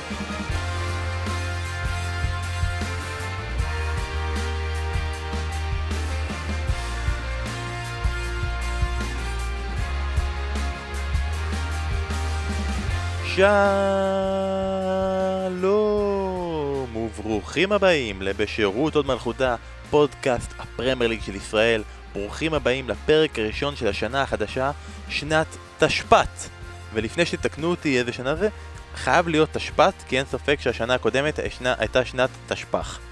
שלום וברוכים הבאים לבשירות עוד מלכותה, פודקאסט הפרמייר ליג של ישראל. ברוכים הבאים לפרק הראשון של השנה החדשה, שנת תשפ"ט. ולפני שתקנו אותי איזה שנה זה, חייב להיות תשפ"ט, כי אין ספק שהשנה הקודמת הייתה שנת תשפ"ח.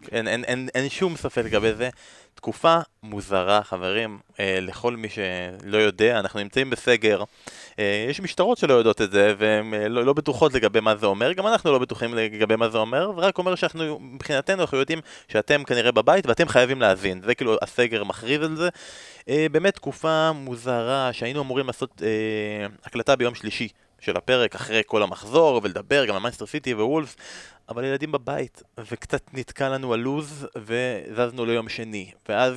אין שום ספק לגבי זה. תקופה מוזרה, חברים, לכל מי שלא יודע, אנחנו נמצאים בסגר. יש משטרות שלא יודעות את זה, והן לא בטוחות לגבי מה זה אומר, גם אנחנו לא בטוחים לגבי מה זה אומר, ורק אומר שאנחנו, מבחינתנו, אנחנו יודעים שאתם כנראה בבית, ואתם חייבים להאזין. זה כאילו הסגר מכריז על זה. באמת תקופה מוזרה, שהיינו אמורים לעשות הקלטה ביום שלישי של הפרק, אחרי כל המחזור, ולדבר גם על מנצ'סטר סיטי ווולפס, אבל ילדים בבית, וקצת נתקע לנו הלוז, וזזנו ליום שני. ואז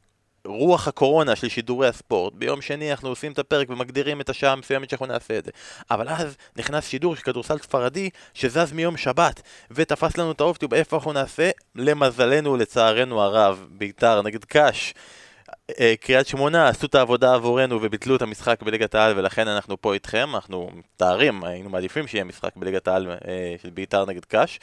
רוח הקורונה של שידורי הספורט, ביום שני אנחנו עושים את הפרק ומגדירים את השעה המסוימת שאנחנו נעשה את זה. אבל אז נכנס שידור של כדורסל ספרדי שזז מיום שבת, ותפס לנו את האופטיוב איפה אנחנו נעשה. למזלנו, לצערנו הרב, בית"ר נגד קאש, קריית שמונה עשו את העבודה עבורנו וביטלו את המשחק בליגת העל, ולכן אנחנו פה איתכם. אנחנו מתארים, היינו מעדיפים שיהיה משחק בליגת העל של בית"ר נגד קאש,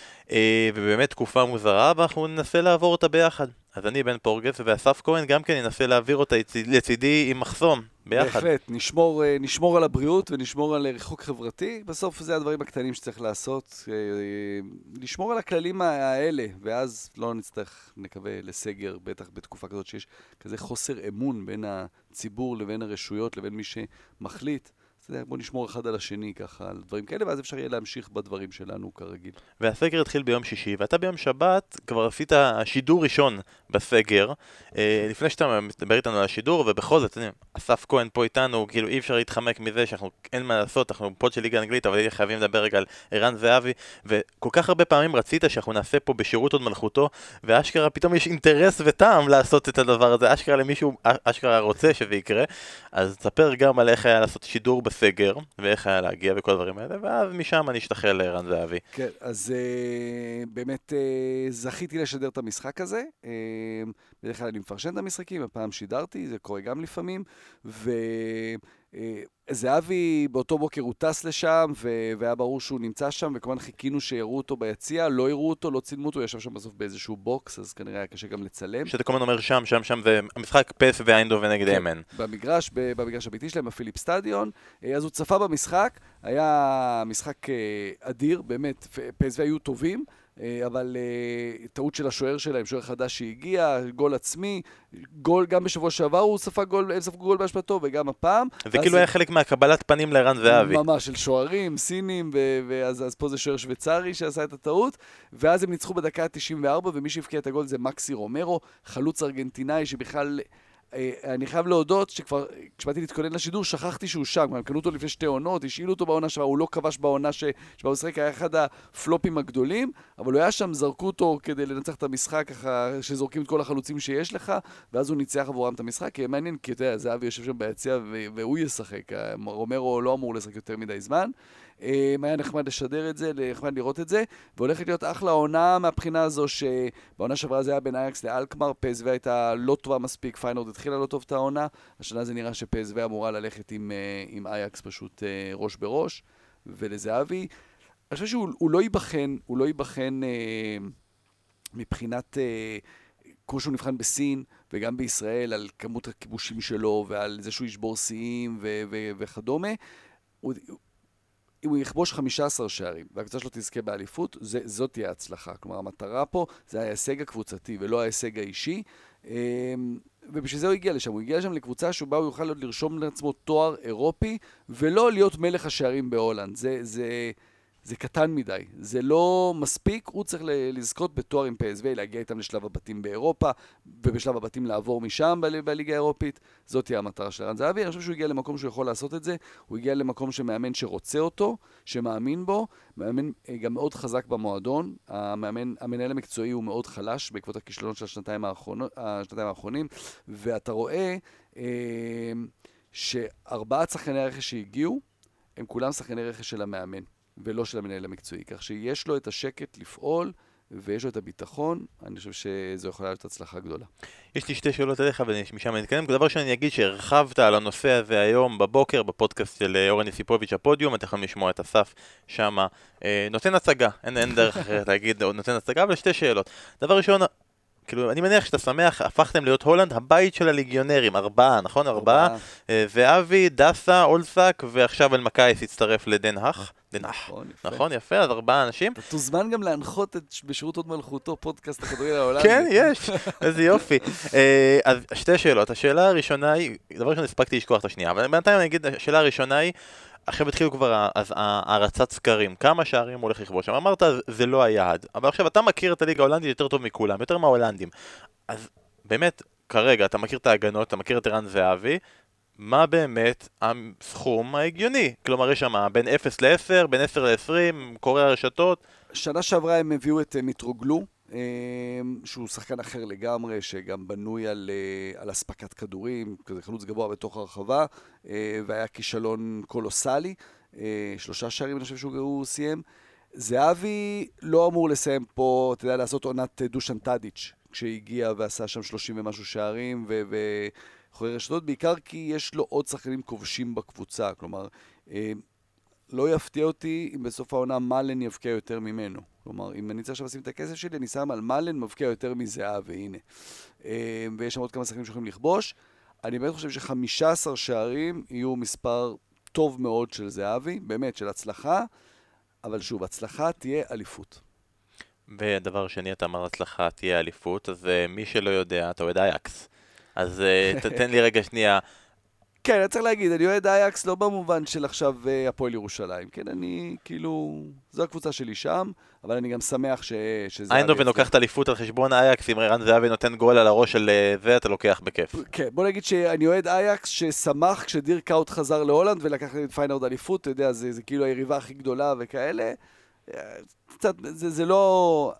ובאמת תקופה מוזרה, ואנחנו ננסה לעבור אותה ביחד. אז אני בן פורגס, ואסף כהן גם כן ינסה להעביר אותה לצידי עם מחסום, ביחד. בהחלט, נשמור על הבריאות ונשמור על ריחוק חברתי. בסוף זה הדברים הקטנים שצריך לעשות, לשמור על הכללים האלה, ואז לא נצטרך, נקווה, לסגר, בטח בתקופה כזאת שיש כזה חוסר אמון בין הציבור לבין הרשויות לבין מי שמחליט. בוא נשמור אחד על השני ככה, על דברים כאלה, ואז אפשר יהיה להמשיך בדברים שלנו כרגיל. והסגר התחיל ביום שישי, ואתה ביום שבת כבר עשית שידור ראשון בסגר, לפני שאתה מדבר איתנו על השידור, ובכל זאת, אסף כהן פה איתנו, כאילו אי אפשר להתחמק מזה שאנחנו אין מה לעשות, אנחנו פוד של ליגה אנגלית, אבל חייבים לדבר רגע על ערן זהבי, וכל כך הרבה פעמים רצית שאנחנו נעשה פה בשירות עוד מלכותו, ואשכרה פתאום יש אינטרס וטעם לעשות את הדבר הזה, אשכרה למישהו, אשכרה רוצה שזה יקרה. אז תספר גם על איך היה לעשות שידור בסגר, ואיך היה להגיע וכל הדברים האלה, ואז משם אני אשתחל לערן זהבי. כן, אז באמת זכיתי לשדר את המשחק הזה. בדרך כלל אני מפרשן את המשחקים, הפעם שידרתי, זה קורה גם לפעמים, זהבי באותו בוקר הוא טס לשם, והיה ברור שהוא נמצא שם, וכמובן חיכינו שיראו אותו ביציע, לא יראו אותו, לא צילמו אותו, הוא ישב שם בסוף באיזשהו בוקס, אז כנראה היה קשה גם לצלם. שאתה כל הזמן אומר שם, והמשחק פס ואיינדהובן נגד אמן. במגרש הביתי שלהם, בפיליפ סטדיון, אז הוא צפה במשחק, היה משחק אדיר, באמת, פס והיו טובים, אבל טעות של השוער שלהם, שוער חדש שהגיע, גול עצמי, גול גם בשבוע שעבר, הוא ספג גול בהשפעתו, וגם הפעם. זה כאילו היה חלק מהקבלת פנים לערן זהבי. ממש, של שוערים, סינים, ואז פה זה שוער שוויצרי שעשה את הטעות, ואז הם ניצחו בדקה 94, ומי שהבקיע את הגול זה מקסי רומרו, חלוץ ארגנטינאי שבכלל, אני חייב להודות שכבר, כשבאתי להתכונן לשידור, שכחתי שהוא שם, הם קנו אותו לפני 2 עונות, השאילו אותו בעונה שבה, הוא לא כבש בעונה שבה הוא שחק, היה אחד הפלופים הגדולים, אבל הוא היה שם, זרקו אותו כדי לנצח את המשחק, ככה שזורקים את כל החלוצים שיש לך, ואז הוא ניצח עבורם את המשחק, כי מעניין, כי אתה יודע, זהבי יושב שם ביציע, והוא ישחק, רומרו לא אמור לשחק יותר מדי זמן, היה נחמד לשדר את זה, נחמד לראות את זה, והולכת להיות אחלה עונה מהבחינה הזו, שבעונה שעברה זה היה בין אייקס לאלקמר, PSV הייתה לא טובה מספיק, פיינורד התחילה לא טוב את העונה, השנה זה נראה ש-PSV אמורה ללכת עם אייקס פשוט ראש בראש, ולזהבי, אני חושב שהוא לא ייבחן מבחינת, כמו שהוא נבחן בסין, וגם בישראל, על כמות הכיבושים שלו, ועל זה שהוא ישבור שיאים וכדומה, אם הוא יכבוש 15 שערים, והקבוצה שלו תזכה באליפות, זאת תהיה הצלחה. כלומר, המטרה פה זה ההישג הקבוצתי ולא ההישג האישי. ובשביל זה הוא הגיע לשם. הוא הגיע לשם לקבוצה שבה הוא יוכל לרשום לעצמו תואר אירופי, ולא להיות מלך השערים בהולנד. זה קטן מדי. זה לא מספיק. הוא צריך לזכות בתואר עם PSV, להגיע איתם לשלב הבתים באירופה, ובשלב הבתים לעבור משם בליגה האירופית. זאת תהיה המטרה של ערן זהבי. אני חושב שהוא הגיע למקום שהוא יכול לעשות את זה. הוא הגיע למקום שמאמן שרוצה אותו, שמאמין בו. מאמן גם מאוד חזק במועדון. המנהל המקצועי הוא מאוד חלש בעקבות הכישלונות של השנתיים האחרונים. ואתה רואה ש4 שחקני הרכש שהגיעו, הם כולם שחקני רכש של המאמן. ולא של המנהל המקצועי. כך שיש לו את השקט לפעול, ויש לו את הביטחון, אני חושב שזו יכולה להיות הצלחה גדולה. יש לי שתי שאלות אליך ומשם נתקדם. דבר ראשון אני אגיד שהרחבת על הנושא הזה היום בבוקר בפודקאסט של אורן יסיפוביץ' הפודיום, אתם יכולים לשמוע את אסף שמה נותן הצגה, אין דרך אחרת להגיד נותן הצגה, אבל שתי שאלות. דבר ראשון, כאילו, אני מניח שאתה שמח, הפכתם להיות הולנד, הבית של הליגיונרים, 4, נכון? 4. ואבי, דסה, אולסק, ועכשיו אלמקייס הצטרף לדנהך. נכון, יפה, אז 4 אנשים. אתה תוזמן גם להנחות בשירות עוד מלכותו, פודקאסט הכדורגל ההולנדי. כן, יש, איזה יופי. אז שתי שאלות, השאלה הראשונה היא, דבר ראשון הספקתי לשכוח את השנייה, אבל בינתיים אני אגיד, השאלה הראשונה היא, עכשיו התחילו כבר הרצת סקרים, כמה שערים הוא הולך לכבוש שם, אמרת זה לא היעד, אבל עכשיו אתה מכיר את הליגה ההולנדית יותר טוב מכולם, יותר מההולנדים, אז באמת כרגע אתה מכיר את ההגנות, אתה מכיר את ערן זהבי, מה באמת הסכום ההגיוני? כלומר יש שם בין 0 ל-10, בין 10 ל-20, קורא הרשתות. שנה שעברה הם הביאו את מיטרוגלו, שהוא שחקן אחר לגמרי, שגם בנוי על הספקת כדורים, כזה חלוץ גבוה בתוך הרחבה, והיה כישלון קולוסלי, 3 שערים אני חושב שהוא סיים. זהבי לא אמור לסיים פה, אתה יודע, לעשות עונת דושן טאדיץ', כשהגיע ועשה שם 30 ומשהו שערים, וחורי רשתות, בעיקר כי יש לו עוד שחקנים כובשים בקבוצה, כלומר, לא יפתיע אותי אם בסוף העונה מלן יבקיע יותר ממנו. כלומר, אם אני צריך עכשיו לשים את הכסף שלי, אני שם על מלן מבקיע יותר מזהב, והנה. ויש שם עוד כמה שחקנים שיכולים לכבוש. אני באמת חושב ש15 שערים יהיו מספר טוב מאוד של זהבי, באמת, של הצלחה, אבל שוב, הצלחה תהיה אליפות. ודבר שני, אתה אמר הצלחה תהיה אליפות, אז מי שלא יודע, אתה אוהד אייקס. אז תתן לי רגע שנייה. כן, אני צריך להגיד, אני אוהד אייקס לא במובן של עכשיו הפועל ירושלים. כן, אני כאילו, זו הקבוצה שלי שם, אבל אני גם שמח שזה... איינדובן לוקח את אליפות על חשבון אייקס, אם ערן זהבי נותן גול על הראש של זה, אתה לוקח בכיף. כן, בוא נגיד שאני אוהד אייקס ששמח כשדיר קאוט חזר להולנד ולקח את פיינורד אליפות, אתה יודע, זה כאילו היריבה הכי גדולה וכאלה. קצת, זה לא...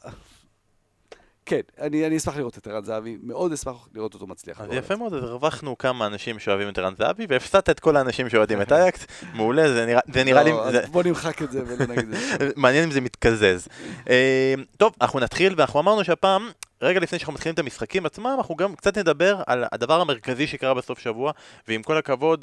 כן, אני אשמח לראות את ערן זהבי, מאוד אשמח לראות אותו מצליח. אז יפה מאוד, אז הרווחנו כמה אנשים שאוהבים את ערן זהבי, והפסדת את כל האנשים שאוהדים את אייקס, מעולה, זה נראה לי... בוא נמחק את זה ולא נגיד את זה. מעניין אם זה מתקזז. טוב, אנחנו נתחיל, ואנחנו אמרנו שהפעם, רגע לפני שאנחנו מתחילים את המשחקים עצמם, אנחנו גם קצת נדבר על הדבר המרכזי שקרה בסוף שבוע, ועם כל הכבוד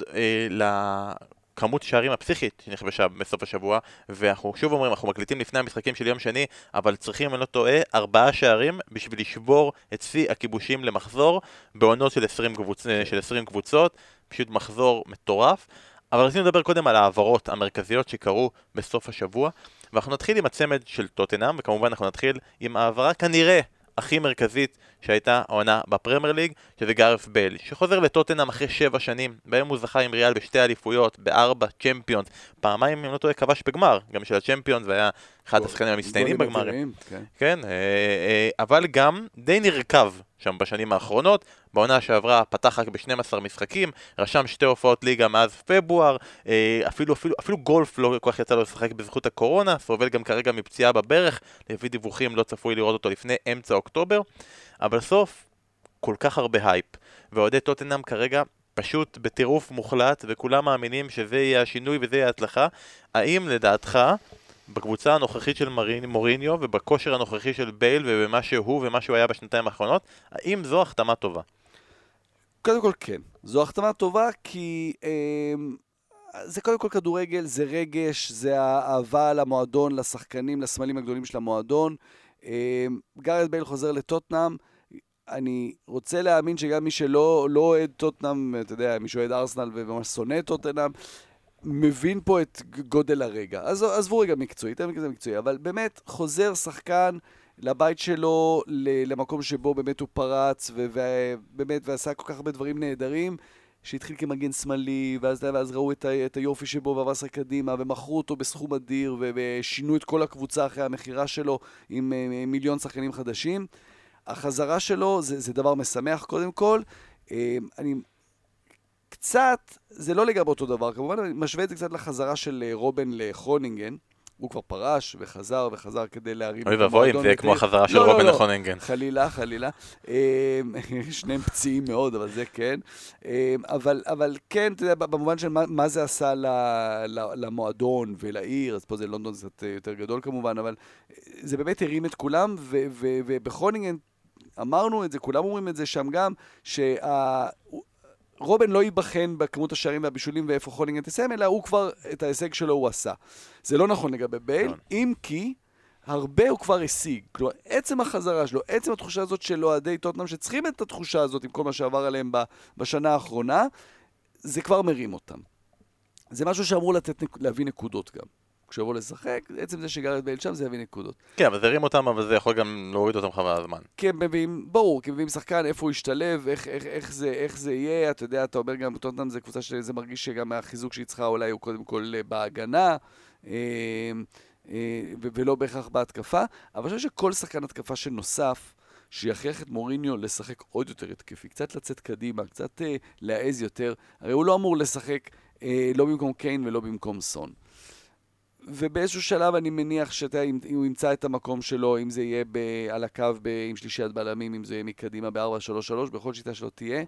כמות שערים הפסיכית שנכבשה בסוף השבוע, ואנחנו שוב אומרים, אנחנו מקליטים לפני המשחקים של יום שני, אבל צריכים, אני לא טועה, 4 שערים בשביל לשבור את שיא הכיבושים למחזור, בעונות של 20 קבוצות, פשוט מחזור מטורף. אבל רצינו לדבר קודם על העברות המרכזיות שקרו בסוף השבוע, ואנחנו נתחיל עם הצמד של טוטנהאם, וכמובן אנחנו נתחיל עם העברה כנראה הכי מרכזית שהייתה העונה בפרמייר ליג, שזה גארת' בייל, שחוזר לטוטנהאם אחרי 7 שנים, בהם הוא זכה עם ריאל ב2 אליפויות, ב4 צ'מפיונס, פעמיים אם לא טועה כבש בגמר, גם של הצ'מפיונס, והיה אחד השחקנים המצטיינים בגמרים. כן, אבל גם די נרכב שם בשנים האחרונות, בעונה שעברה פתח רק ב12 משחקים, רשם 2 הופעות ליגה מאז פברואר, אפילו גולף לא כל כך יצא לו לשחק בזכות הקורונה, סובל גם כרגע מפציעה בברך, לפי דיווחים לא צפוי לראות אותו לפני אמצע אוקטובר, אבל סוף כל כך הרבה הייפ, ואוהדי טוטנהאם כרגע פשוט בטירוף מוחלט, וכולם מאמינים שזה יהיה השינוי וזה יהיה הצלחה. האם לדעתך בקבוצה הנוכחית של מוריניו ובכושר הנוכחי של בייל ובמה שהוא ומה שהוא היה בשנתיים האחרונות, האם זו החתמה טובה? קודם כל כן, זו החתמה טובה כי זה קודם כל כדורגל, זה רגש, זה האהבה למועדון, לשחקנים, לסמלים הגדולים של המועדון. גארת' בייל חוזר לטוטנהאם, אני רוצה להאמין שגם מי שלא אוהד טוטנהאם, אתה יודע, מי שאוהד ארסנל וממש שונא טוטנהאם, מבין פה את גודל הרגע. אז עזבו רגע מקצועי, תן מקצועי מקצועי, אבל באמת חוזר שחקן לבית שלו, למקום שבו באמת הוא פרץ, ובאמת ועשה כל כך הרבה דברים נהדרים, שהתחיל כמגן שמאלי, ואז ראו את היופי שבו ועבר קדימה, ומכרו אותו בסכום אדיר, ושינו את כל הקבוצה אחרי המחירה שלו, עם מיליון שחקנים חדשים. החזרה שלו זה דבר משמח קודם כל. אני קצת, זה לא לגמרי אותו דבר, כמובן אני משווה את זה קצת לחזרה של רובן לכרונינגן, הוא כבר פרש וחזר כדי להרים את אוי ואבוי, אם זה כמו החזרה של רובן לחוננגן. חלילה. שניהם פציעים מאוד, אבל זה כן. אבל כן, אתה יודע, במובן של מה זה עשה למועדון ולעיר, אז פה זה לונדון קצת יותר גדול כמובן, אבל זה באמת הרים את כולם, ובחונינגן אמרנו את זה, כולם אומרים את זה שם גם, רובן לא ייבחן בכמות השערים והבישולים ואיפה חונינגן תסיים, אלא הוא כבר, את ההישג שלו הוא עשה. זה לא נכון לגבי בייל, אם כי הרבה הוא כבר השיג. כלומר, עצם החזרה שלו, עצם התחושה הזאת של אוהדי טוטנהאם, שצריכים את התחושה הזאת עם כל מה שעבר עליהם בשנה האחרונה, זה כבר מרים אותם. זה משהו שאמור להביא נקודות גם. כשבוא לשחק, עצם זה שגרד בייל שם, זה יביא נקודות. כן, אבל זה הרים אותם, אבל זה יכול גם להוריד אותם חבל הזמן. כן, ברור, כי מביאים שחקן, איפה הוא ישתלב, איך זה יהיה, אתה יודע, אתה אומר גם, טוטנהאם זה קבוצה שזה מרגיש שגם החיזוק שהיא צריכה אולי הוא קודם כל בהגנה, ולא בהכרח בהתקפה, אבל אני חושב שכל שחקן התקפה שנוסף, שיכריח את מוריניו לשחק עוד יותר התקפי, קצת לצאת קדימה, קצת להעז יותר, הרי הוא לא אמור לשחק לא במקום קיין ולא במקום סון. ובאיזשהו שלב אני מניח שאם הוא ימצא את המקום שלו, אם זה יהיה על הקו עם שלישיית בלמים, אם זה יהיה מקדימה ב-4-3-3, בכל שיטה שלו תהיה,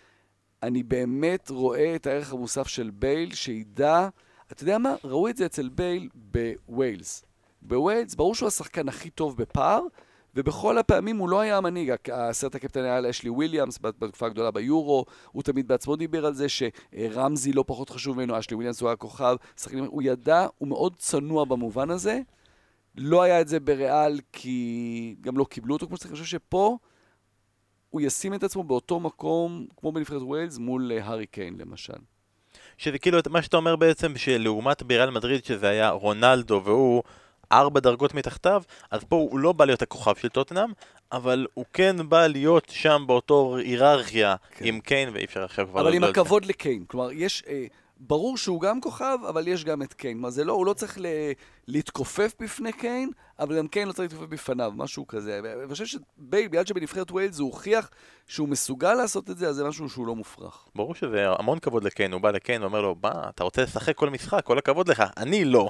אני באמת רואה את הערך המוסף של בייל, שידע, אתה יודע מה? ראו את זה אצל בייל בווילס. בווילס, ברור שהוא השחקן הכי טוב בפאר, ובכל הפעמים הוא לא היה המנהיג. הסרט הקפטן היה לאשלי וויליאמס, בתקופה הגדולה ביורו, הוא תמיד בעצמו דיבר על זה שרמזי לא פחות חשוב ממנו, אשלי וויליאמס הוא היה כוכב, הוא ידע, הוא מאוד צנוע במובן הזה, לא היה את זה בריאל כי גם לא קיבלו אותו כמו שצריך, אני חושב שפה הוא ישים את עצמו באותו מקום, כמו בנבחרת ווילס, מול הארי קיין למשל. שזה כאילו מה שאתה אומר בעצם, שלעומת בריאל מדריד שזה היה רונלדו והוא 4 דרגות מתחתיו, אז פה הוא לא בא להיות הכוכב של טוטנהאם, אבל הוא כן בא להיות שם באותו היררכיה עם קיין, ואי אפשר עכשיו כבר... אבל עם הכבוד לקיין, כלומר, יש... ברור שהוא גם כוכב, אבל יש גם את קיין. זה לא, הוא לא צריך להתכופף בפני קיין, אבל גם קיין לא צריך להתכופף בפניו, משהו כזה. אני חושב שבייל, בגלל שבנבחרת ווילס הוא הוכיח שהוא מסוגל לעשות את זה, אז זה משהו שהוא לא מופרך. ברור שזה המון כבוד לקיין, הוא בא לקיין ואומר לו, אתה רוצה לשחק כל משחק, כל הכבוד לך, אני לא.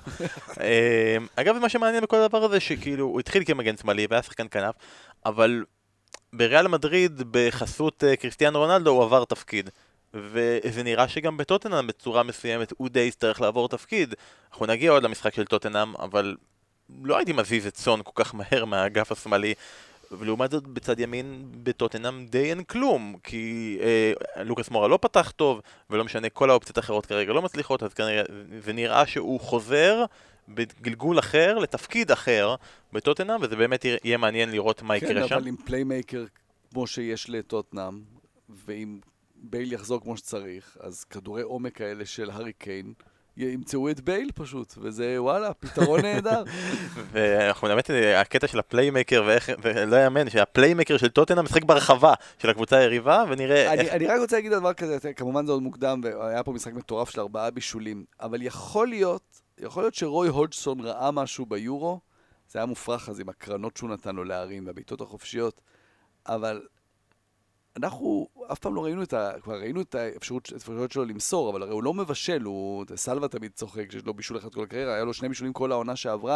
אגב, מה שמעניין בכל הדבר הזה, שכאילו, הוא התחיל כמגן שמאלי והיה שחקן כנף, אבל בריאל מדריד, בחסות קריסטיאנו רונלדו, הוא עבר תפקיד. וזה נראה שגם בטוטנהאם בצורה מסוימת הוא די יצטרך לעבור תפקיד. אנחנו נגיע עוד למשחק של טוטנהאם, אבל לא הייתי מזיז את סון כל כך מהר מהאגף השמאלי, ולעומת זאת בצד ימין בטוטנהאם די אין כלום, כי לוקאס מורה לא פתח טוב, ולא משנה, כל האופציות האחרות כרגע לא מצליחות, אז כנראה זה נראה שהוא חוזר בגלגול אחר, לתפקיד אחר בטוטנהאם, וזה באמת יהיה מעניין לראות מה יקרה שם. כן, אבל עם פליימייקר כמו שיש לטוטנהאם, ועם בייל יחזור כמו שצריך, אז כדורי עומק האלה של הארי קיין ימצאו את בייל פשוט, וזה וואלה, פתרון נהדר. ואנחנו באמת, הקטע של הפליימקר, ולא יאמן, שהפליימקר של טוטנהאם משחק ברחבה של הקבוצה היריבה, ונראה איך... אני רק רוצה להגיד דבר כזה, כמובן זה עוד מוקדם, והיה פה משחק מטורף של 4 בישולים, אבל יכול להיות שרוי הודג'סון ראה משהו ביורו, זה היה מופרך אז עם הקרנות שהוא נתן לו להרים, והבעיטות החופשיות, אבל... אנחנו אף פעם לא ראינו כבר ראינו את האפשרות שלו למסור, אבל הרי הוא לא מבשל, סלווה תמיד צוחק שיש לו בישול אחד כל הקריירה, היה לו 2 בישולים כל העונה שעברה,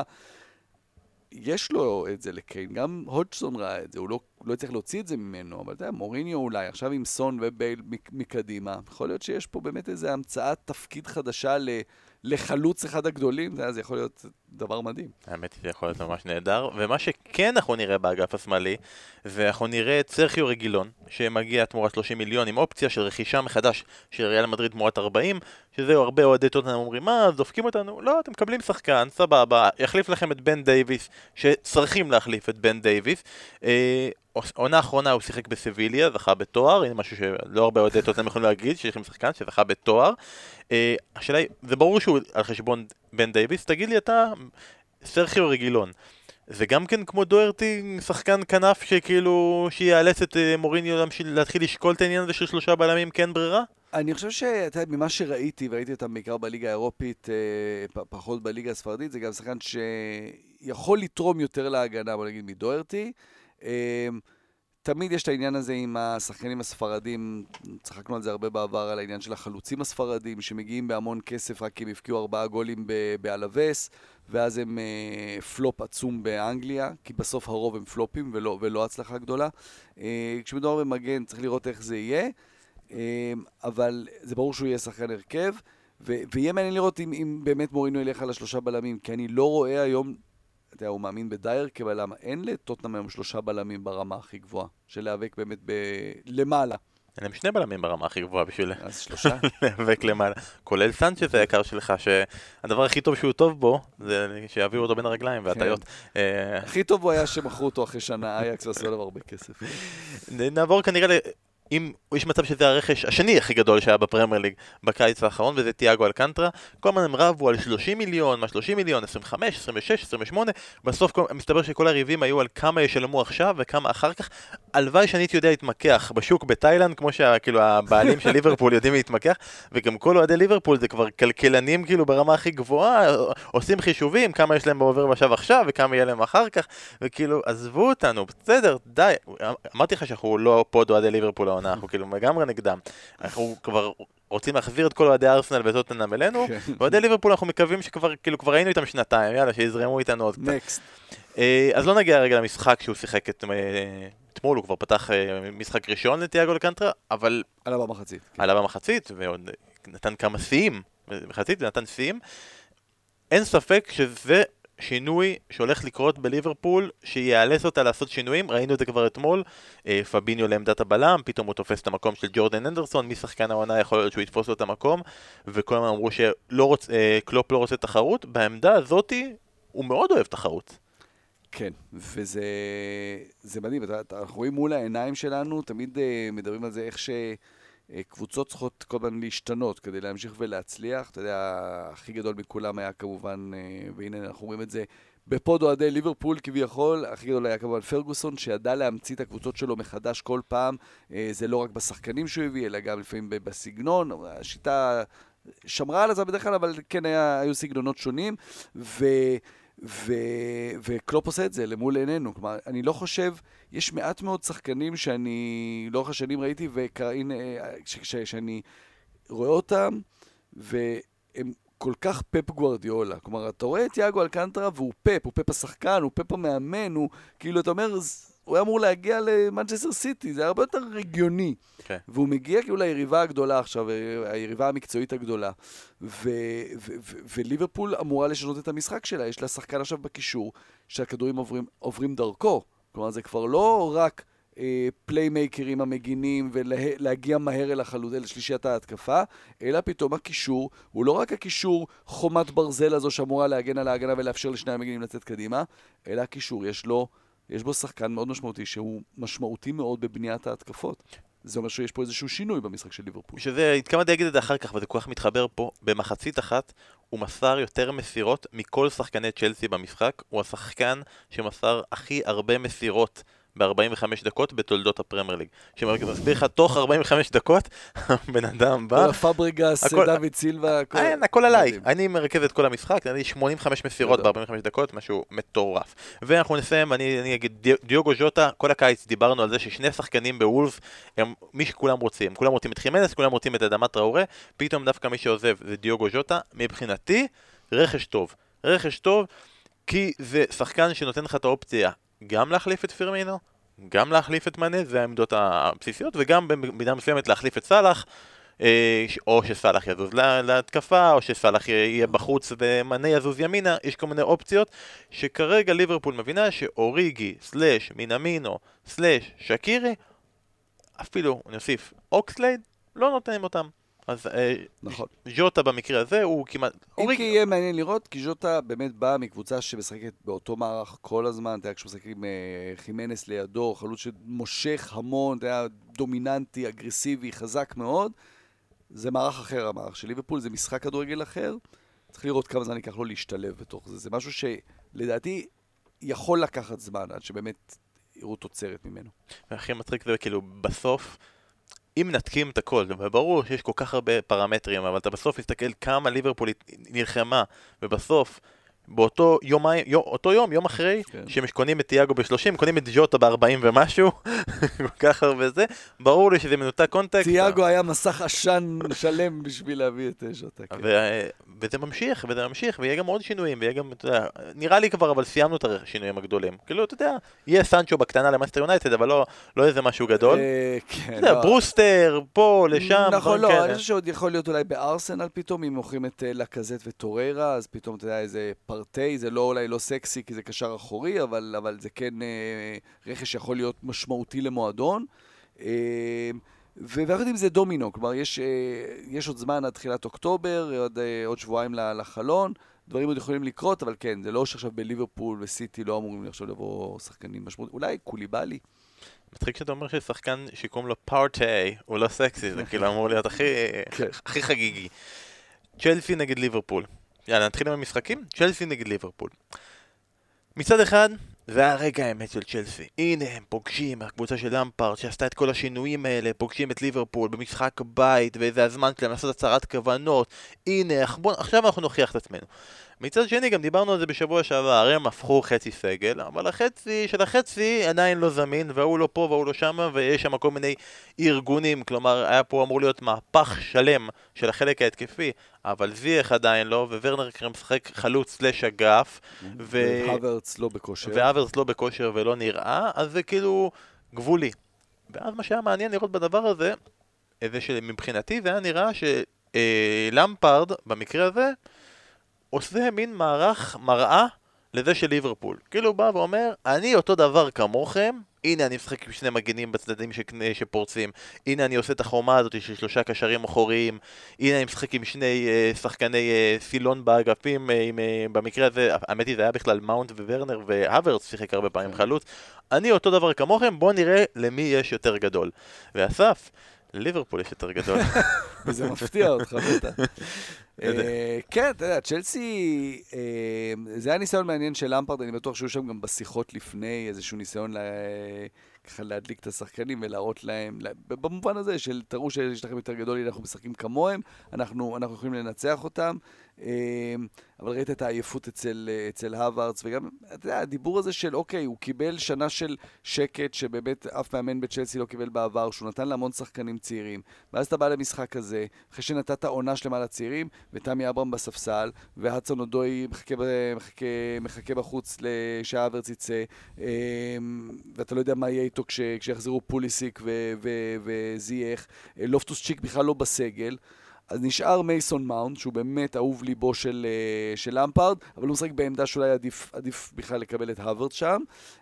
יש לו את זה לקיין, גם הודג'סון ראה את זה, הוא לא צריך להוציא את זה ממנו, אבל אתה יודע, מוריניו אולי, עכשיו עם סון ובייל מקדימה, יכול להיות שיש פה באמת איזו המצאת תפקיד חדשה לחלוץ אחד הגדולים, זה יכול להיות דבר מדהים. האמת היא, זה יכול להיות ממש נהדר, ומה שכן אנחנו נראה באגף השמאלי, ואנחנו נראה את סרחיו רגילון, שמגיע תמורת 30 מיליון עם אופציה של רכישה מחדש של ריאל מדריד תמורת 40, שזהו הרבה אוהדי טוטנהאם אומרים, מה, דופקים אותנו? לא, אתם מקבלים שחקן, סבבה, יחליף לכם את בן דייביס, שצריכים להחליף את בן דייביס, עונה האחרונה הוא שיחק בסביליה, זכה בתואר, הנה משהו שלא הרבה אוהדי טוטנהאם יכולים להגיד, שיש לכם שחקן שזכה בתואר. השאלה היא, זה ברור שהוא על חשבון בן דייביס, תגיד לי אתה, סרחיו רגילון, זה גם כן כמו דוארטי, שחקן כנף שכאילו, שיאלץ את מוריניו להתחיל לשקול את העניין הזה של 3 בלמים, כן ברירה? אני חושב שאתה יודע, ממה שראיתי, וראיתי אותם בעיקר בליגה האירופית, פחות בליגה הספרדית, זה גם שחקן שיכול לתרום יותר להגנה, בוא נגיד, מדוארטי. תמיד יש את העניין הזה עם השחקנים הספרדים, צחקנו על זה הרבה בעבר, על העניין של החלוצים הספרדים, שמגיעים בהמון כסף רק כי הם הפקיעו 4 גולים באלווס, ואז הם פלופ עצום באנגליה, כי בסוף הרוב הם פלופים ולא הצלחה גדולה. כשמדובר במגן צריך לראות איך זה יהיה, אבל זה ברור שהוא יהיה שחקן הרכב, ויהיה מעניין לראות אם באמת מורינו ילך על 3 בלמים, כי אני לא רואה היום, אתה יודע, הוא מאמין בדייר כבלם, אין לטוטנהאם היום 3 בלמים ברמה הכי גבוהה, של להיאבק באמת למעלה. אין להם 2 בלמים ברמה הכי גבוהה בשביל אז 3. להיאבק למעלה. כולל סנצ'ז היקר שלך, שהדבר הכי טוב שהוא טוב בו, זה שיעבירו אותו בין הרגליים והטיות. הכי טוב הוא היה שמכרו אותו אחרי שנה, אייקס ועשו עליו הרבה כסף. נעבור כנראה אם יש מצב שזה הרכש השני הכי גדול שהיה בפרמייר ליג בקיץ האחרון, וזה תיאגו אלקנטרה. כל הזמן הם רבו על 30 מיליון, מה 30 מיליון, 25, 26, 28, בסוף מסתבר שכל הריבים היו על כמה ישלמו עכשיו וכמה אחר כך. הלוואי שאני יודע להתמקח בשוק בתאילנד, כמו שכאילו הבעלים של ליברפול יודעים להתמקח, וגם כל אוהדי ליברפול זה כבר כלכלנים כאילו ברמה הכי גבוהה, עושים חישובים, כמה יש להם בעובר ושב עכשיו וכמה יהיה להם אחר כך, וכאילו עזבו אותנו, בסדר, די. אמרתי לך שאנחנו לא פוד אוהדי ליברפול, אנחנו כאילו לגמרי נגדם. אנחנו כבר רוצים להחזיר את כל אוהדי ארסנל וטוטנהאם אלינו, ואוהדי ליברפול אנחנו מקווים שכבר כאילו כבר היינו איתם שנתיים, יאללה, שיזרמו איתנו עוד קצת. אז לא נגיע רגע למשחק שהוא שיחק אתמול, הוא כבר פתח משחק ראשון לתיאגו אלקנטרה, אבל עלה במחצית. עלה במחצית, ועוד נתן כמה שיאים, במחצית ונתן שיאים. אין ספק שזה שינוי שהולך לקרות בליברפול, שיאלץ אותה לעשות שינויים. ראינו את זה כבר אתמול, פביניו לעמדת הבלם, פתאום הוא תופס את המקום של ג'ורדן אנדרסון, משחקן העונה יכול להיות שהוא יתפוס לו את המקום, וכל הזמן אמרו שקלופ לא רוצה תחרות. בעמדה הזאת הוא מאוד אוהב תחרות. כן, וזה מדהים, אנחנו רואים מול העיניים שלנו, תמיד מדברים על זה איך שקבוצות צריכות כל הזמן להשתנות כדי להמשיך ולהצליח. אתה יודע, הכי גדול מכולם היה כמובן, והנה אנחנו רואים את זה בפוד אוהדי ליברפול כביכול, הכי גדול היה כמובן פרגוסון, שידע להמציא את הקבוצות שלו מחדש כל פעם. זה לא רק בשחקנים שהוא הביא, אלא גם לפעמים בסגנון. השיטה שמרה על זה בדרך כלל, אבל כן היו סגנונות שונים, וקלופ עושה את זה למול עינינו. כלומר, אני לא חושב, יש מעט מאוד שחקנים שאני לאורך השנים ראיתי, שאני רואה אותם, והם כל כך פפ גוארדיולה. כלומר, אתה רואה את תיאגו אלקנטרה, והוא פפ, הוא פפ השחקן, הוא פפ המאמן, הוא כאילו, אתה אומר, הוא היה אמור להגיע למנצ'סטר סיטי, זה הרבה יותר רגיוני. Okay. והוא מגיע כאילו ליריבה הגדולה עכשיו, היריבה המקצועית הגדולה. וליברפול אמורה לשנות את המשחק שלה, יש לה שחקן עכשיו בקישור, שהכדורים עוברים דרכו. כלומר, זה כבר לא רק פליימייקרים המגינים, ולהגיע מהר אל החלוץ, אל שלישיית ההתקפה, אלא פתאום הקישור, הוא לא רק הקישור חומת ברזל הזו שאמורה להגן על ההגנה ולאפשר לשני המגינים לצאת קדימה, אלא הקישור, יש בו שחקן מאוד משמעותי, שהוא משמעותי מאוד בבניית ההתקפות. זה אומר שיש פה איזשהו שינוי במשחק של ליברפול. שזה, התכוונתי להגיד את זה אחר כך, וזה כל כך מתחבר פה, במחצית אחת הוא מסר יותר מסירות מכל שחקני צ'לסי במשחק, הוא השחקן שמסר הכי הרבה מסירות ב-45 דקות בתולדות הפרמייר ליג. שמסביר לך, תוך 45 דקות, בן אדם בא... כל הפאבריגס, דוד סילבה, הכל עליי. אני מרכז את כל המשחק, אני 85 מסירות ב-45 דקות, משהו מטורף. ואנחנו נסיים, אני אגיד, דיוגו ז'וטה, כל הקיץ דיברנו על זה ששני שחקנים בוולף, הם מי שכולם רוצים. כולם רוצים את חימנס, כולם רוצים את אדמת טראורה, פתאום דווקא מי שעוזב זה דיוגו ז'וטה. מבחינתי, רכש טוב. רכש טוב, כי זה שחקן שנותן לך את האופציה גם להחליף את פירמינו, גם להחליף את מנה, זה העמדות הבסיסיות, וגם במידה מסוימת להחליף את סלאח, או שסלאח יזוז להתקפה, או שסלאח יהיה בחוץ ומנה יזוז ימינה. יש כל מיני אופציות שכרגע ליברפול מבינה שאוריגי, סלש, מינמינו, סלש, שקירי, אפילו נוסיף אוקסלייד, לא נותנים אותם. אז נכון. ז'וטה במקרה הזה הוא כמעט... אם כי יהיה מעניין לראות, כי ז'וטה באמת בא מקבוצה שמשחקת באותו מערך כל הזמן, אתה יודע, כשמשחק עם חימנס לידו, חלוץ שמושך המון, אתה יודע, דומיננטי, אגרסיבי, חזק מאוד, זה מערך אחר המערך של ליברפול, זה משחק כדורגל אחר, צריך לראות כמה זמן ייקח לו להשתלב בתוך זה, זה משהו שלדעתי יכול לקחת זמן, עד שבאמת יראו תוצרת ממנו. והכי מצחיק זה כאילו בסוף, אם נתקים את הכל, וברור שיש כל כך הרבה פרמטרים, אבל אתה בסוף מסתכל כמה ליברפול נלחמה, ובסוף באותו יום אחרי, שהם קונים את תיאגו ב-30, קונים את ג'וטה ב-40 ומשהו, כל כך הרבה זה, ברור לי שזה מנותק קונטקסט. תיאגו היה מסך עשן שלם בשביל להביא את ג'וטה. וזה ממשיך, ויהיה גם עוד שינויים, ויהיה גם, אתה יודע, נראה לי כבר, אבל סיימנו את השינויים הגדולים. כאילו, אתה יודע, יהיה סנצ'ו בקטנה למאסטר יונייטד, אבל לא איזה משהו גדול. אתה יודע, ברוסטר, פה, לשם. נכון, לא, אני חושב שעוד יכול להיות אולי בארסנל פתאום, אם מוכרים את לקזט וטוררה, אז פתאום, אתה יודע, איזה פרטי, זה לא אולי לא סקסי, כי זה קשר אחורי, אבל זה כן רכש שיכול להיות משמעותי למועדון. ואנחנו יודעים זה דומינו, כלומר יש עוד זמן עד תחילת אוקטובר, עוד שבועיים לחלון, דברים עוד יכולים לקרות, אבל כן, זה לא שעכשיו בליברפול וסיטי לא אמורים עכשיו לבוא שחקנים משמעות, אולי קוליבאלי. מצחיק שאתה אומר ששחקן שקוראים לו פארטי, הוא לא סקסי, זה כאילו אמור להיות הכי חגיגי. צ'לסי נגד ליברפול. יאללה, נתחיל עם המשחקים? צ'לסי נגד ליברפול. מצד אחד, זה הרגע האמת של צ'לסי. הנה הם פוגשים, הקבוצה של למפארד שעשתה את כל השינויים האלה, פוגשים את ליברפול במשחק בית, וזה הזמן שלהם לעשות הצהרת כוונות. הנה, עכשיו אנחנו נוכיח את עצמנו. מצד שני, גם דיברנו על זה בשבוע שעבר, הם הפכו חצי סגל, אבל החצי של החצי עדיין לא זמין, והוא לא פה והוא לא שם, ויש שם כל מיני ארגונים, כלומר, היה פה אמור להיות מהפך שלם של החלק ההתקפי, אבל זייח עדיין לא, וורנר כבר משחק חלוץ סלש אגף, והוורץ לא בכושר. והוורץ לא בכושר ולא נראה, אז זה כאילו גבולי. ואז מה שהיה מעניין לראות בדבר הזה, זה שמבחינתי זה היה נראה שלמפארד, במקרה הזה, עושה מין מראה לזה של ליברפול. כאילו הוא בא ואומר, אני אותו דבר כמוכם, הנה אני משחק עם שני מגנים בצדדים שפורצים, הנה אני עושה את החומה הזאת של 3 קשרים אחוריים, הנה אני משחק עם שני שחקני סילון באגפים, במקרה הזה, האמת היא זה היה בכלל מאונט וורנר והוורץ שיחק הרבה פעמים חלוץ, אני אותו דבר כמוכם, בוא נראה למי יש יותר גדול. ואסף, ליברפול יש יותר גדול. וזה מפתיע אותך בטח. כן, אתה יודע, צ'לסי, זה היה ניסיון מעניין של למפארד, אני בטוח שהוא שם גם בשיחות לפני, איזשהו ניסיון ככה להדליק את השחקנים ולהראות להם, במובן הזה של תראו שיש לכם יותר גדול, אנחנו משחקים כמוהם, אנחנו יכולים לנצח אותם, אבל ראית את העייפות אצל הווארץ, וגם, אתה יודע, הדיבור הזה של, אוקיי, הוא קיבל שנה של שקט, שבאמת אף מאמן בצ'לסי לא קיבל בעבר, שהוא נתן להמון שחקנים צעירים, ואז אתה בא למשחק הזה, אחרי שנתת עונה שלמה לצעירים, ותמי אברהם בספסל, והדסון אודוי מחכה בחוץ שהווארץ יצא, ואתה לא יודע מה יהיה איתו כשיחזרו פוליסיק וזייח, לופטוס צ'יק בכלל לא בסגל, אז נשאר מייסון מאונט, שהוא באמת אהוב ליבו של למפארד, אבל הוא משחק בעמדה שאולי עדיף בכלל לקבל את הווארץ שם,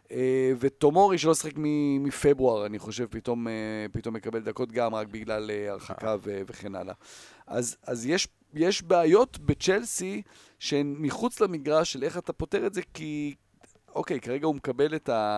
וטומורי שלא שחק מפברואר, אני חושב, פתאום מקבל דקות גם רק בגלל הרחקה וכן הלאה. אז יש בעיות בצ'לסי שהן מחוץ למגרש של איך אתה פותר את זה, כי אוקיי, כרגע הוא מקבל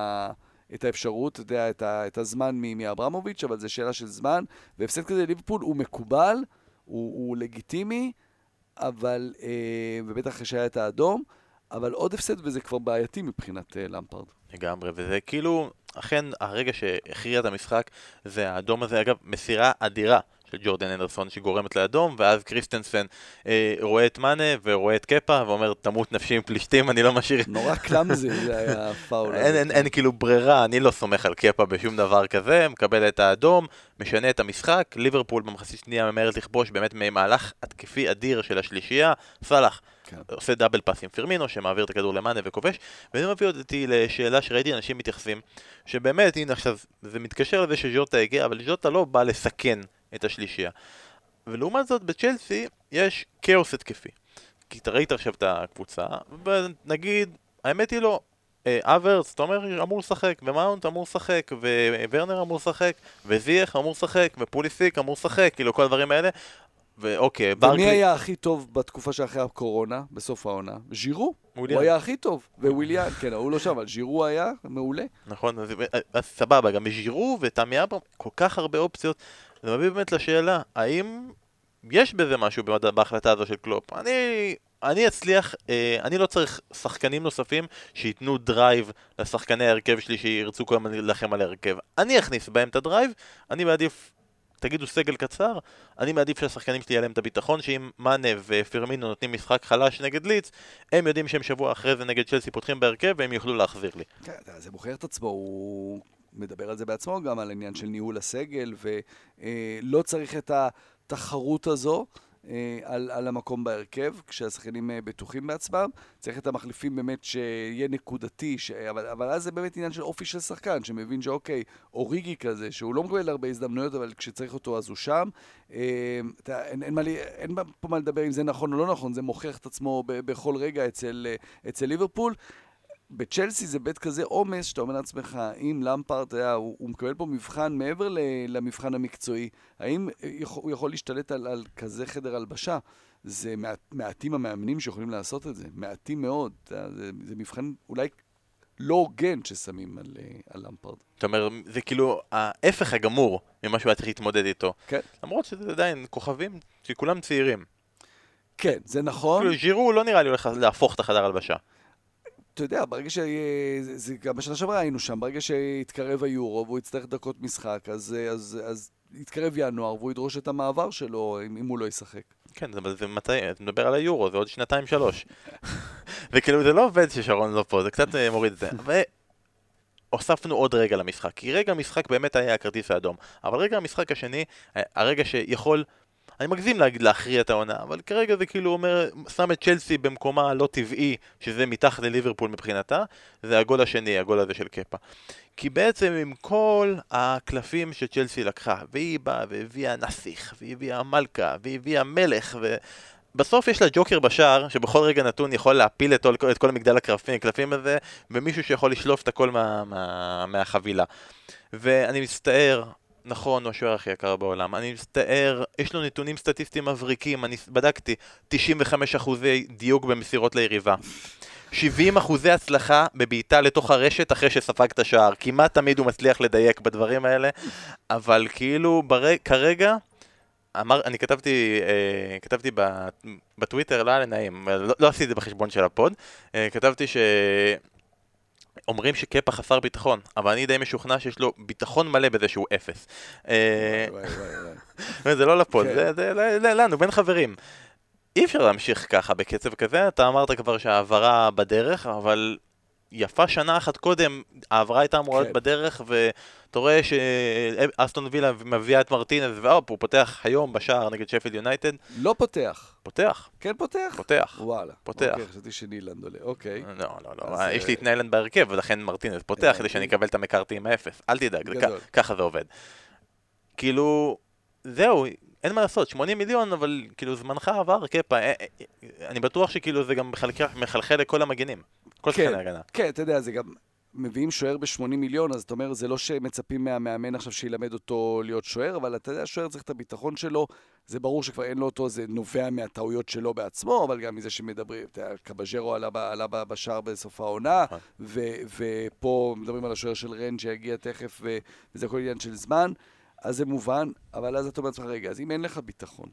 את האפשרות, אתה יודע, את הזמן מאברמוביץ', אבל זה שאלה של זמן, והפסד כזה ליברפול הוא מקובל, הוא לגיטימי, אבל, ובטח אחרי שהיה את האדום, אבל עוד הפסד וזה כבר בעייתי מבחינת למפארד. לגמרי, וזה כאילו, אכן הרגע שהכריע את המשחק, זה האדום הזה, אגב, מסירה אדירה של ג'ורדן אנדרסון שגורמת לאדום, ואז קריסטנסן רואה את מנה ורואה את קפה, ואומר, תמות נפשי עם פלישתים, אני לא משאיר... נורא קלאמזי, זה היה פאול. אין כאילו ברירה, אני לא סומך על קפה בשום דבר כזה, מקבל את האדום, משנה את המשחק, ליברפול במחצית שנייה ממהרת לכבוש באמת ממהלך התקפי אדיר של השלישייה, סלאח. עושה דאבל פאס עם פרמינו שמעביר את הכדור למאנה וכובש, וזה מביא אותי לשאלה שראיתי אנשים מתייחסים, שבאמת, הנה עכשיו, זה מתקשר לזה שז'וטה הגיע, אבל ז'וטה לא בא לסכן את השלישייה. ולעומת זאת, בצ'לסי יש כאוס התקפי. כי אתה ראית עכשיו את הקבוצה, ונגיד, האמת היא לא, אברץ, אתה אומר, אמור לשחק, ומאונט אמור לשחק, וורנר אמור לשחק, וזייח אמור לשחק, ופוליסיק אמור לשחק, כאילו כל הדברים האלה, ואוקיי, ומי היה הכי טוב בתקופה שאחרי הקורונה, בסוף העונה? ז'ירו. הוא היה הכי טוב. וויליאן, כן, הוא לא שם, אבל ז'ירו היה מעולה. נכון, אז סבבה, גם ז'ירו ותמי אברהם, כל כך הרבה אופציות, זה מביא באמת לשאלה, האם יש בזה משהו בהחלטה הזו של קלופ? אני אצליח, אני לא צריך שחקנים נוספים שיתנו דרייב לשחקני ההרכב שלי שירצו כל הזמן לכם על ההרכב. אני אכניס בהם את הדרייב, אני מעדיף תגידו סגל קצר, אני מעדיף שהשחקנים שלי יהיה להם את הביטחון, שאם מאנה ופירמינו נותנים משחק חלש נגד ליץ, הם יודעים שהם שבוע אחרי זה נגד צ'לסי פותחים בהרכב, והם יוכלו להחזיר לי. כן, זה בוחר את עצמו, הוא מדבר על זה בעצמו, גם על עניין של ניהול הסגל, ולא צריך את התחרות הזו על המקום בהרכב, כשהשחקנים בטוחים בעצמם. צריך את המחליפים באמת שיהיה נקודתי, אבל אז זה באמת עניין של אופי של שחקן, שמבין שאוקיי, אוריגי כזה, שהוא לא מקבל הרבה הזדמנויות, אבל כשצריך אותו אז הוא שם. אין פה מה לדבר אם זה נכון או לא נכון, זה מוכיח את עצמו בכל רגע אצל ליברפול. בצ'לסי זה בית כזה עומס, שאתה אומר לעצמך, אם למפארד, הוא מקבל פה מבחן מעבר למבחן המקצועי, האם הוא יכול להשתלט על כזה חדר הלבשה? זה מעטים המאמנים שיכולים לעשות את זה, מעטים מאוד. זה מבחן אולי לא הוגן ששמים על למפארד. זאת אומרת, זה כאילו ההפך הגמור ממה שהוא היה צריך להתמודד איתו. כן. למרות שזה עדיין כוכבים שכולם צעירים. כן, זה נכון. כאילו ז'ירו לא נראה לי הולך להפוך את החדר הלבשה. אתה יודע, ברגע זה גם בשנה שעברה היינו שם, ברגע שהתקרב היורו והוא יצטרך דקות משחק, אז יתקרב ינואר והוא ידרוש את המעבר שלו אם הוא לא ישחק. כן, זה מתי, אתה מדבר על היורו, זה עוד 2-3. וכאילו זה לא עובד ששרון לא פה, זה קצת מוריד את זה. והוספנו עוד רגע למשחק, כי רגע המשחק באמת היה הכרטיס האדום. אבל רגע המשחק השני, הרגע שיכול, אני מגזים להגיד להכריע את העונה, אבל כרגע זה כאילו אומר, שם את צ'לסי במקומה לא טבעי, שזה מתחת לליברפול מבחינתה, זה הגול השני, הגול הזה של קפה. כי בעצם עם כל הקלפים שצ'לסי לקחה, והיא באה והביאה נסיך, והביאה מלכה, והביאה מלך, ובסוף יש לה ג'וקר בשער, שבכל רגע נתון יכול להפיל את כל מגדל הקלפים הזה, ומישהו שיכול לשלוף את הכל מהחבילה. ואני מסתער, נכון, הוא השוער הכי יקר בעולם. אני מסתער, יש לו נתונים סטטיסטיים מבריקים, אני בדקתי, 95% דיוק במסירות ליריבה. 70% הצלחה בבעיטה לתוך הרשת אחרי שספג את השער. כמעט תמיד הוא מצליח לדייק בדברים האלה, אבל כאילו כרגע, אני כתבתי בטוויטר, לא היה לנעים, לא עשיתי את זה בחשבון של הפוד, כתבתי אומרים שקפה חסר ביטחון, אבל אני די משוכנע שיש לו ביטחון מלא בזה שהוא אפס. זה לא לפוד, זה לנו, בין חברים. אי אפשר להמשיך ככה בקצב כזה, אתה אמרת כבר שהעברה בדרך, אבל יפה שנה אחת קודם, העברה הייתה אמורה להיות בדרך, ואתה רואה שאסטון וילה מביאה את מרטינז, הוא פותח היום בשער נגד שפילד יונייטד. לא פותח. פותח. כן פותח? פותח. וואלה. פותח. אוקיי, חשבתי שנילנד עולה. אוקיי. לא. יש לי את נילנד בהרכב, ולכן מרטינז פותח כדי שאני אקבל את המקארתי עם האפס. אל תדאג, ככה זה עובד. כאילו, זהו, אין מה לעשות, 80 מיליון, אבל כאילו זמנך עבר, קפה. אני בטוח שכאילו זה גם מחלחל לכל המגנים. כל שחקני הגנה. כן, אתה יודע, זה גם מביאים שוער ב-80 מיליון, אז אתה אומר, זה לא שמצפים מהמאמן עכשיו שילמד אותו להיות שוער, אבל אתה יודע, שוער צריך את הביטחון שלו, זה ברור שכבר אין לו אותו, זה נובע מהטעויות שלו בעצמו, אבל גם מזה שמדברים, קבז'רו עלה בשער בסוף העונה, ופה מדברים על השוער של רן שיגיע תכף, וזה כל עניין של זמן, אז זה מובן, אבל אז אתה אומר לך, רגע, אז אם אין לך ביטחון,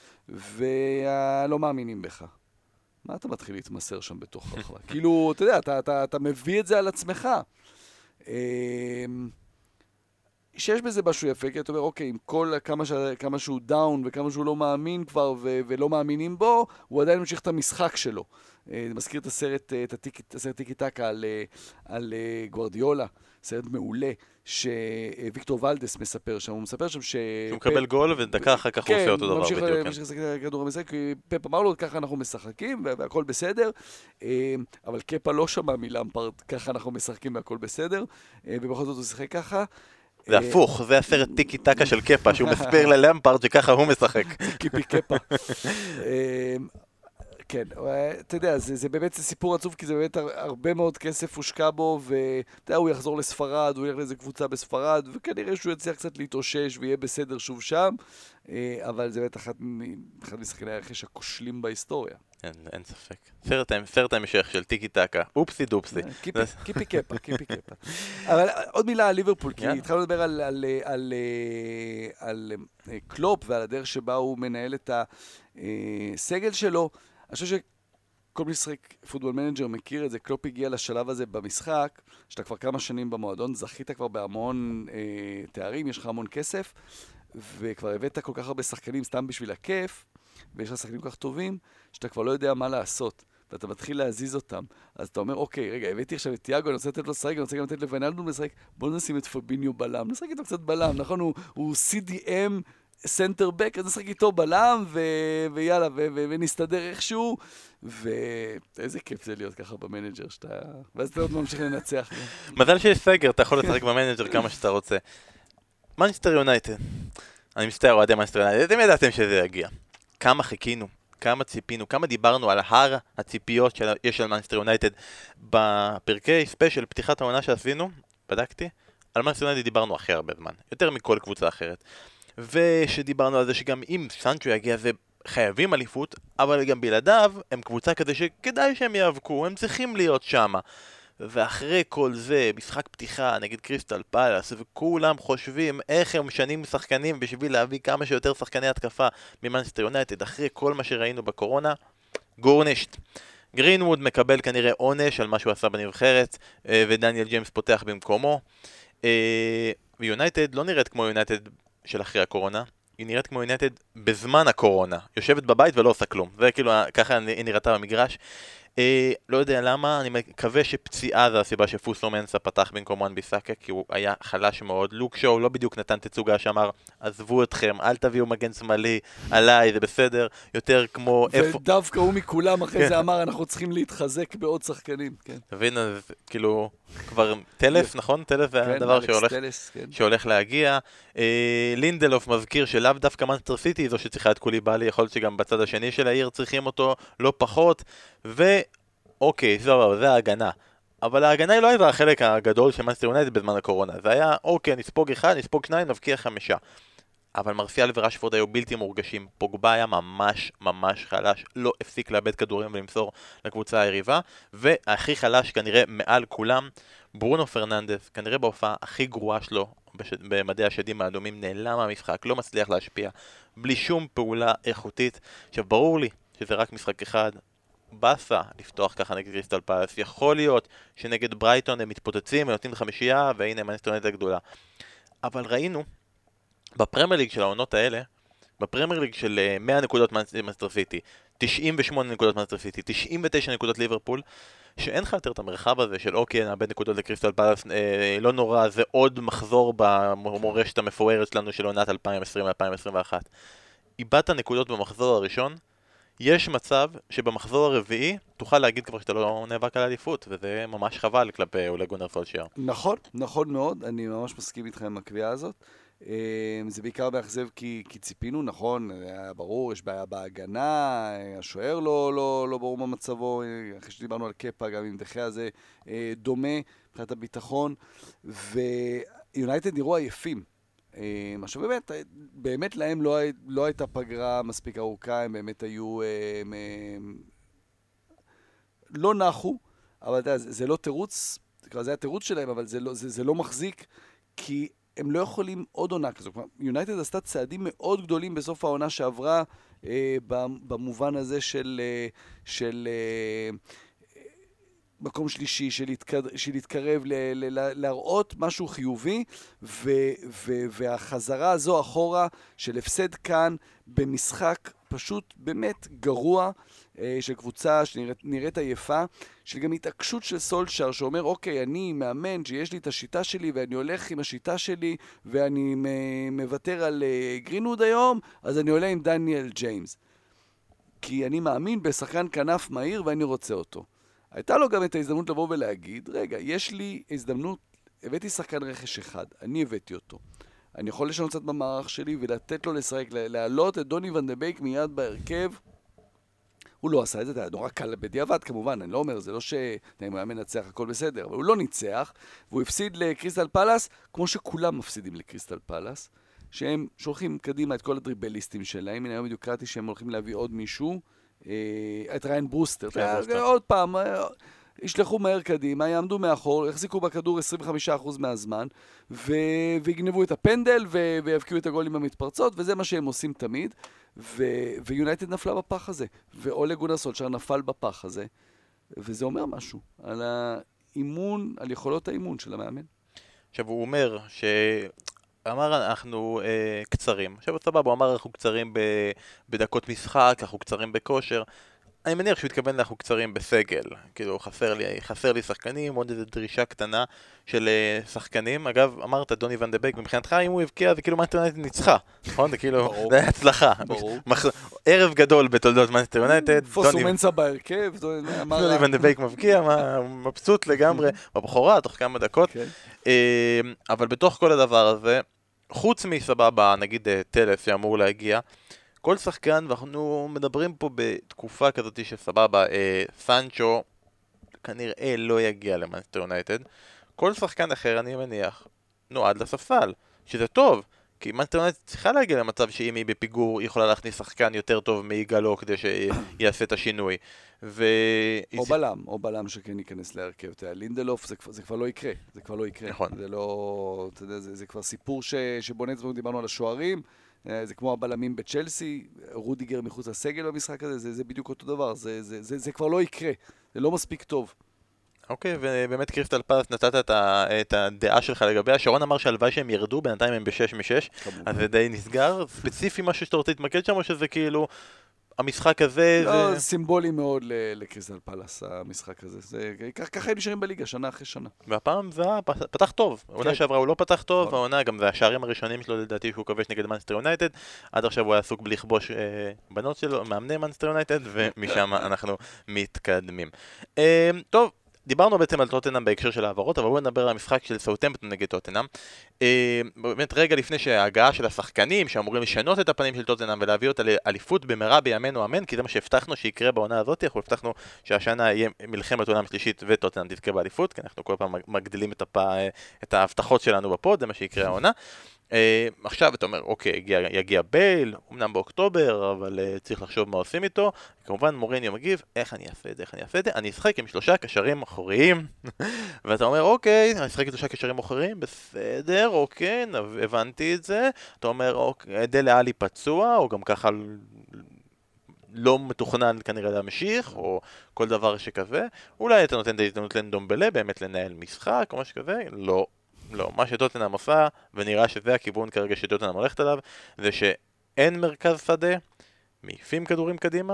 ולא מאמינים בך, מה אתה מתחיל להתמסר שם בתוך הרחבה? כאילו, אתה יודע, אתה מביא את זה על עצמך. שיש בזה משהו יפה, כי אתה אומר, אוקיי, עם כל כמה שהוא דאון וכמה שהוא לא מאמין כבר ולא מאמינים בו, הוא עדיין ממשיך את המשחק שלו. אני מזכיר את הסרט טיקי טקה על גוארדיולה, סרט מעולה, שוויקטור ולדס מספר שם, הוא מספר שם שהוא מקבל גול ודקה אחר כך הוא עושה אותו דבר בדיוק. כן, ממשיך לשחק כדור המשחק, כי פפ אמר לו, ככה אנחנו משחקים והכל בסדר, אבל קפה לא שמע מלמפרד, ככה אנחנו משחקים והכל בסדר, ובכל זאת הוא שיחק ככה. זה הפוך, זה הסרט טיקי טקה של קפה, שהוא מסביר ללמפרד שככה הוא משחק. זה קיפי קפה. כן, אתה יודע, זה באמת סיפור עצוב, כי זה באמת הרבה מאוד כסף הושקע בו, ואתה יודע, הוא יחזור לספרד, הוא ילך לאיזה קבוצה בספרד, וכנראה שהוא יצליח קצת להתאושש ויהיה בסדר שוב שם, אבל זה באמת אחד משחקני הרכש הכושלים בהיסטוריה. אין ספק. סרט המשך של טיקי טקה, אופסי דופסי. קיפי קפה. אבל עוד מילה על ליברפול, כי התחלנו לדבר על קלופ ועל הדרך שבה הוא מנהל את הסגל שלו. אני חושב שכל משחק פוטבול מנג'ר מכיר את זה, קלופ הגיע לשלב הזה במשחק, שאתה כבר כמה שנים במועדון, זכית כבר בהמון תארים, יש לך המון כסף, וכבר הבאת כל כך הרבה שחקנים סתם בשביל הכיף, ויש לך שחקנים כל כך טובים, שאתה כבר לא יודע מה לעשות. ואתה מתחיל להזיז אותם. אז אתה אומר, אוקיי, רגע, הבאתי עכשיו את תיאגו, אני רוצה לתת לו לשחק, אני רוצה גם לתת לויינלדום לשחק, בואו נשים את פביניו בלם. נשחק איתו קצת בלם, נכון? הוא CDM, סנטר בק, אז נשחק איתו בלם, ויאללה, ונסתדר איכשהו. ואיזה כיף זה להיות ככה במנג'ר, ואז אתה עוד ממשיך לנצח. מזל שיש סגר, אתה יכול לשחק במנג'ר כמה שאתה רוצה. מנצ'סטר יונייטד. אני מצטער, אוהדי מנצ'סטר יונייטד, אתם ידעתם שזה יגיע. כמה חיכינו, כמה ציפינו, כמה דיברנו על הר הציפיות שיש על מנצ'סטר יונייטד בפרקי ספיישל פתיחת העונה שעשינו, בדקתי, על מנצ'סטר יונייטד דיברנו הכי הרבה זמן, יותר מכל קבוצה אחרת. ושדיברנו על זה שגם אם סנצ'ו יגיע זה חייבים אליפות, אבל גם בלעדיו הם קבוצה כזה שכדאי שהם יאבקו, הם צריכים להיות שמה. ואחרי כל זה, משחק פתיחה נגד קריסטל פלאס, וכולם חושבים איך הם משנים שחקנים בשביל להביא כמה שיותר שחקני התקפה ממנצ'סטר יונייטד, אחרי כל מה שראינו בקורונה, גורנישט. גרינווד מקבל כנראה עונש על מה שהוא עשה בנבחרת, ודניאל ג'יימס פותח במקומו. ויונייטד לא נראית כמו יונייטד של אחרי הקורונה, היא נראית כמו יונייטד בזמן הקורונה, יושבת בבית ולא עושה כלום, וכאילו ככה היא נראתה במגרש. לא יודע למה, אני מקווה שפציעה זה הסיבה שפוסו מנסה פתח במקום וואן ביסאקה, כי הוא היה חלש מאוד. לוק שואו לא בדיוק נתן תצוגה שאמר, עזבו אתכם, אל תביאו מגן שמאלי עליי, זה בסדר, יותר כמו ודווקא הוא מכולם אחרי זה אמר, אנחנו צריכים להתחזק בעוד שחקנים, כן. תבין, אז כאילו, כבר טלף, נכון? טלף זה הדבר שהולך להגיע. לינדלוף מזכיר שלאו דווקא מנצ'סטר סיטי זו שצריכה את קוליבאלי, יכול להיות שגם בצד השני של העיר צריכים אותו לא פחות, ואוקיי, זה ההגנה. אבל ההגנה היא לא הייתה החלק הגדול של מנצ'סטר יונייטד בזמן הקורונה. זה היה, אוקיי, נספוג 1, נספוג 2, נבקיע 5. אבל מרסיאל ורשפורד היו בלתי מורגשים. פוגבה היה ממש ממש חלש, לא הפסיק לאבד כדורים ולמסור לקבוצה היריבה. והכי חלש כנראה מעל כולם, ברונו פרננדס, כנראה בהופעה הכי גרועה שלו במדעי השדים האדומים, נעלם מהמשחק, לא מצליח להשפיע, בלי שום פעולה איכותית. עכשיו ברור לי שזה רק משחק אחד, בסה לפתוח ככה נגד קריסטל פלאס, יכול להיות שנגד ברייטון הם מתפוצצים, הם נותנים חמישייה, והנה מנצ'סטר יונייטד הגדולה. אבל ראינו בפרמייר ליג של העונות האלה, בפרמייר ליג של 100 נקודות מנצ'סטר סיטי, 98 נקודות מנצ'סטר סיטי, 99 נקודות ליברפול, שאין לך יותר את המרחב הזה של אוקיי, נאבד נקודות לקריסטל פלאס, לא נורא, זה עוד מחזור במורשת המפוארת שלנו של עונת 2020-2021. איבדת נקודות במחזור הראשון, יש מצב שבמחזור הרביעי תוכל להגיד כבר שאתה לא נאבק על האליפות, וזה ממש חבל כלפי אולי גונר סולשייר. נכון, נכון מאוד, אני ממש מסכים איתך עם הקביעה הזאת. זה בעיקר מאכזב כי ציפינו, נכון, היה ברור, יש בעיה בהגנה, השוער לא ברור מה מצבו, אחרי שדיברנו על קפה, גם עם דחי הזה דומה מבחינת הביטחון, ויונייטד נראו עייפים. עכשיו באמת להם לא הייתה פגרה מספיק ארוכה, הם באמת היו, לא נחו, אבל זה לא תירוץ, זה היה תירוץ שלהם, אבל זה לא מחזיק, כי הם לא יכולים עוד עונה כזו. יונייטד עשתה צעדים מאוד גדולים בסוף העונה שעברה, במובן הזה של מקום שלישי, של להתקרב, להראות משהו חיובי, והחזרה הזו אחורה של הפסד כאן במשחק פשוט באמת גרוע, של קבוצה שנראית עייפה, של גם התעקשות של סולשר שאומר, אוקיי, אני מאמן שיש לי את השיטה שלי ואני הולך עם השיטה שלי ואני מוותר על גרינווד היום, אז אני עולה עם דניאל ג'יימס. כי אני מאמין בשחקן כנף מהיר ואני רוצה אותו. הייתה לו גם את ההזדמנות לבוא ולהגיד, רגע, יש לי הזדמנות, הבאתי שחקן רכש אחד, אני הבאתי אותו. אני יכול לשנות קצת במערך שלי ולתת לו לשחק, להעלות את דוני ון דה בייק מיד בהרכב. הוא לא עשה את זה, זה היה נורא קל בדיעבד כמובן, אני לא אומר, זה לא שהוא היה מנצח, הכל בסדר, אבל הוא לא ניצח, והוא הפסיד לקריסטל פלאס, כמו שכולם מפסידים לקריסטל פלאס, שהם שולחים קדימה את כל הדריבליסטים שלהם, הנה היום בדיוק קראתי שהם הולכים להביא עוד מישהו, את ריין ברוסטר, עוד פעם, ישלחו מהר קדימה, יעמדו מאחור, יחזיקו בכדור 25% מהזמן, ויגנבו את הפנדל, ויבקיעו את הגולים במתפרצות, וזה מה שהם עושים תמיד, ויונייטד נפלה בפח הזה, ואולה גונר סולשר נפל בפח הזה, וזה אומר משהו על האימון, על יכולות האימון של המאמן. עכשיו הוא אומר ואמר אנחנו קצרים. עכשיו סבבה, הוא אמר אנחנו קצרים בדקות משחק, אנחנו קצרים בכושר. אני מניח שהוא התכוון אנחנו קצרים בסגל, כאילו חסר לי שחקנים, עוד איזו דרישה קטנה של שחקנים. אגב, אמרת דוני ון דה בייק, מבחינתך אם הוא הבקיע זה כאילו מנצ'סטר יונייטד ניצחה, נכון? זה כאילו, זה היה הצלחה. ערב גדול בתולדות מנצ'סטר יונייטד. פוסו מנסה בהרכב, דוני ון דה בייק מבקיע, מבסוט לגמרי, בבחורה, תוך כמה דקות. אבל בתוך כל הדבר הזה, חוץ מסבבה, נגיד טלס שאמור להגיע, כל שחקן, ואנחנו מדברים פה בתקופה כזאת שסבבה, סנצ'ו כנראה לא יגיע למנצ'סטר יונייטד. כל שחקן אחר, אני מניח, נועד לספסל, שזה טוב, כי מנצ'סטר יונייטד צריכה להגיע למצב שאם היא בפיגור, היא יכולה להכניס שחקן יותר טוב מיגלו כדי שיעשה את השינוי. או בלם שכן ייכנס להרכב. לינדלוף, זה כבר לא יקרה. זה כבר לא יקרה. נכון. זה לא, אתה יודע, זה כבר סיפור שבונה עצמו, דיברנו על השוערים, זה כמו הבלמים בצ'לסי, רודיגר מחוץ לסגל במשחק הזה, זה בדיוק אותו דבר, זה כבר לא יקרה, זה לא מספיק טוב. אוקיי, ובאמת קריסטל פלאס נתת את הדעה שלך לגבי, שרון אמר שהלוואי שהם ירדו, בינתיים הם ב-6-6, אז זה די נסגר. ספציפי משהו שאתה רוצה להתמקד שם, או שזה כאילו, המשחק הזה לא, זה סימבולי מאוד לקריסטל פלאס, המשחק הזה. ככה הם נשארים בליגה, שנה אחרי שנה. והפעם זה פתח טוב. העונה שעברה הוא לא פתח טוב, העונה גם זה השערים הראשונים שלו לדעתי שהוא כובש נגד מנצ'סטר יונייטד. עד עכשיו הוא היה עסוק בלכבוש בנות שלו, מאמני מנצ'סטר יונייטד, ומשם אנחנו מתקדמים. טוב, דיברנו בעצם על טוטנהאם בהקשר של העברות, אבל בואו נדבר על המשחק של סאות'המפטון נגד טוטנהאם. באמת רגע לפני שההגעה של השחקנים שאמורים לשנות את הפנים של טוטנהאם ולהביא אותה לאליפות במהרה בימינו אמן, כי זה מה שהבטחנו שיקרה בעונה הזאת. אנחנו הבטחנו שהשנה יהיה מלחמת עולם שלישית וטוטנהאם תזכה באליפות, כי אנחנו כל פעם מגדילים את ההבטחות שלנו בפוד, זה מה שיקרה העונה. עכשיו אתה אומר, אוקיי, יגיע בייל, אמנם באוקטובר, אבל צריך לחשוב מה עושים איתו. כמובן מוריניו מגיב, איך אני אעשה את זה? אני אשחק עם 3 קשרים אחוריים. ואתה אומר, אוקיי, אני אשחק עם 3 קשרים אחוריים, בסדר, אוקיי, הבנתי את זה. אתה אומר, אוקיי, דלה עלי פצוע, או גם ככה לא מתוכנן כנראה להמשיך, או כל דבר שכזה. אולי אתה נותן את ההזדמנות לדומבלה, באמת לנהל משחק, או משהו כזה. לא, מה שטוטנהאם עושה, ונראה שזה הכיוון כרגע שטוטנהאם הולכת עליו, זה שאין מרכז שדה, מעיפים כדורים קדימה,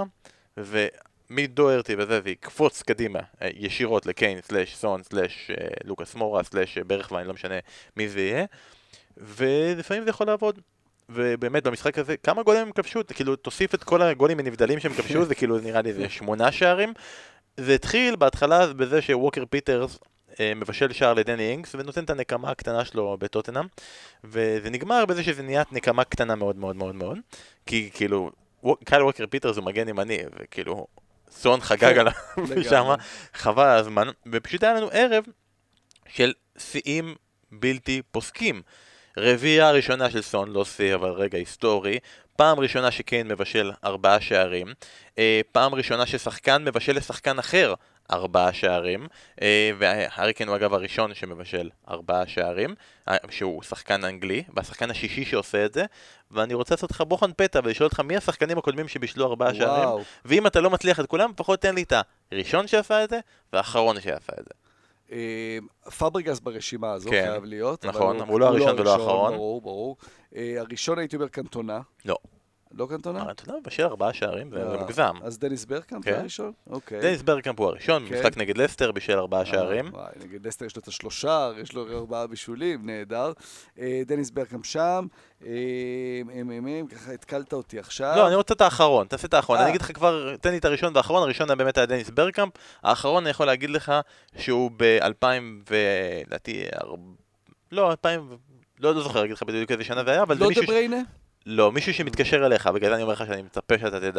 ומדוהרטי וזה, זה יקפוץ קדימה ישירות לקיין, סלש סון, סלש לוקאס מורה, סלש ברכווין, לא משנה מי זה יהיה, ולפעמים זה יכול לעבוד. ובאמת במשחק הזה, כמה גולים הם כבשו? כאילו תוסיף את כל הגולים הנבדלים שהם כבשו, זה כאילו נראה לי זה 8 שערים. זה התחיל בהתחלה בזה שווקר פיטרס מבשל שער לדני אינגס ונותן את הנקמה הקטנה שלו בטוטנהאם, וזה נגמר בזה שזה נהיה נקמה קטנה מאוד מאוד מאוד מאוד, כי כאילו קייל ווקר פיטרס הוא מגן ימני, וכאילו סון חגג עליו שמה, חבל הזמן, ופשוט היה לנו ערב של שיאים בלתי פוסקים. רביעייה הראשונה של סון, לא שיא אבל רגע היסטורי, פעם ראשונה שקיין מבשל 4 שערים, פעם ראשונה ששחקן מבשל לשחקן אחר 4 שערים, והארי קיין הוא אגב הראשון שמבשל 4 שערים, שהוא שחקן אנגלי, והשחקן השישי שעושה את זה, ואני רוצה לעשות לך בוחן פתע ולשאול אותך מי השחקנים הקודמים שבישלו 4 שערים, ואם אתה לא מצליח את כולם, פחות תן לי את הראשון שעשה את זה, והאחרון שעשה את זה. פאבריגס ברשימה הזו חייב להיות. נכון, הוא לא הראשון ולא האחרון. ברור. הראשון הייתי אומר קנטונה. לא. לא קנטונה? קנטונה בשל 4 שערים, זה מוגזם. אז דניס ברקאמפ הוא הראשון? אוקיי. דניס ברקאמפ הוא הראשון, משחק נגד לסטר בשל 4 שערים. נגד לסטר יש לו את 3, יש לו 4 בישולים, נהדר. דניס ברקאמפ שם, ככה התקלת אותי עכשיו. לא, אני רוצה את האחרון, תעשה את האחרון. אני אגיד לך כבר, תן לי את הראשון והאחרון, הראשון באמת היה דניס ברקאמפ, האחרון אני יכול להגיד לך שהוא ב-2000 לא, 2000, לא זוכר להגיד לך בדיוק איזה שנה זה היה, אבל זה מישהו... לא דבריינה? לא, מישהו שמתקשר אליך, בגלל זה אני אומר לך שאני מצפה שאתה תדע.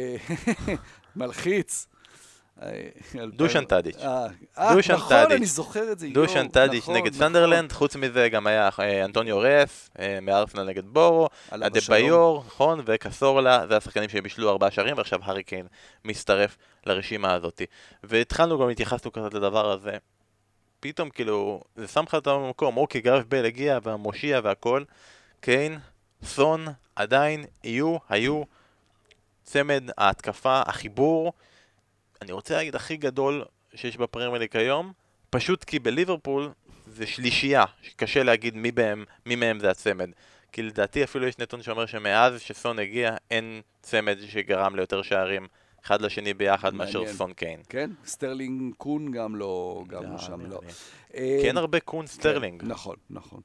מלחיץ. דושן טאדיץ'. נכון, אני זוכר את זה. דושן טאדיץ' נגד סנדרלנד, חוץ מזה גם היה אנטוניו רס, מארסנל נגד בורו, אדבאיור, נכון, וקסורלה, זה השחקנים שבישלו 4 שערים, ועכשיו הארי קיין מצטרף לרשימה הזאת. והתחלנו גם, התייחסנו כזה לדבר הזה. פתאום כאילו, זה שם לך את המקום, אוקיי, גרף בייל הגיע, והמושיע והכל, קיין, סון, עדיין היו צמד ההתקפה, החיבור, אני רוצה להגיד הכי גדול שיש בפרמייר ליג היום, פשוט כי בליברפול זה שלישייה, שקשה להגיד מי מהם זה הצמד. כי לדעתי אפילו יש נתון שאומר שמאז שסון הגיע, אין צמד שגרם ליותר שערים אחד לשני ביחד מאשר סון קיין. כן, סטרלינג קון גם לא שם, לא. כן הרבה קון סטרלינג. נכון, נכון.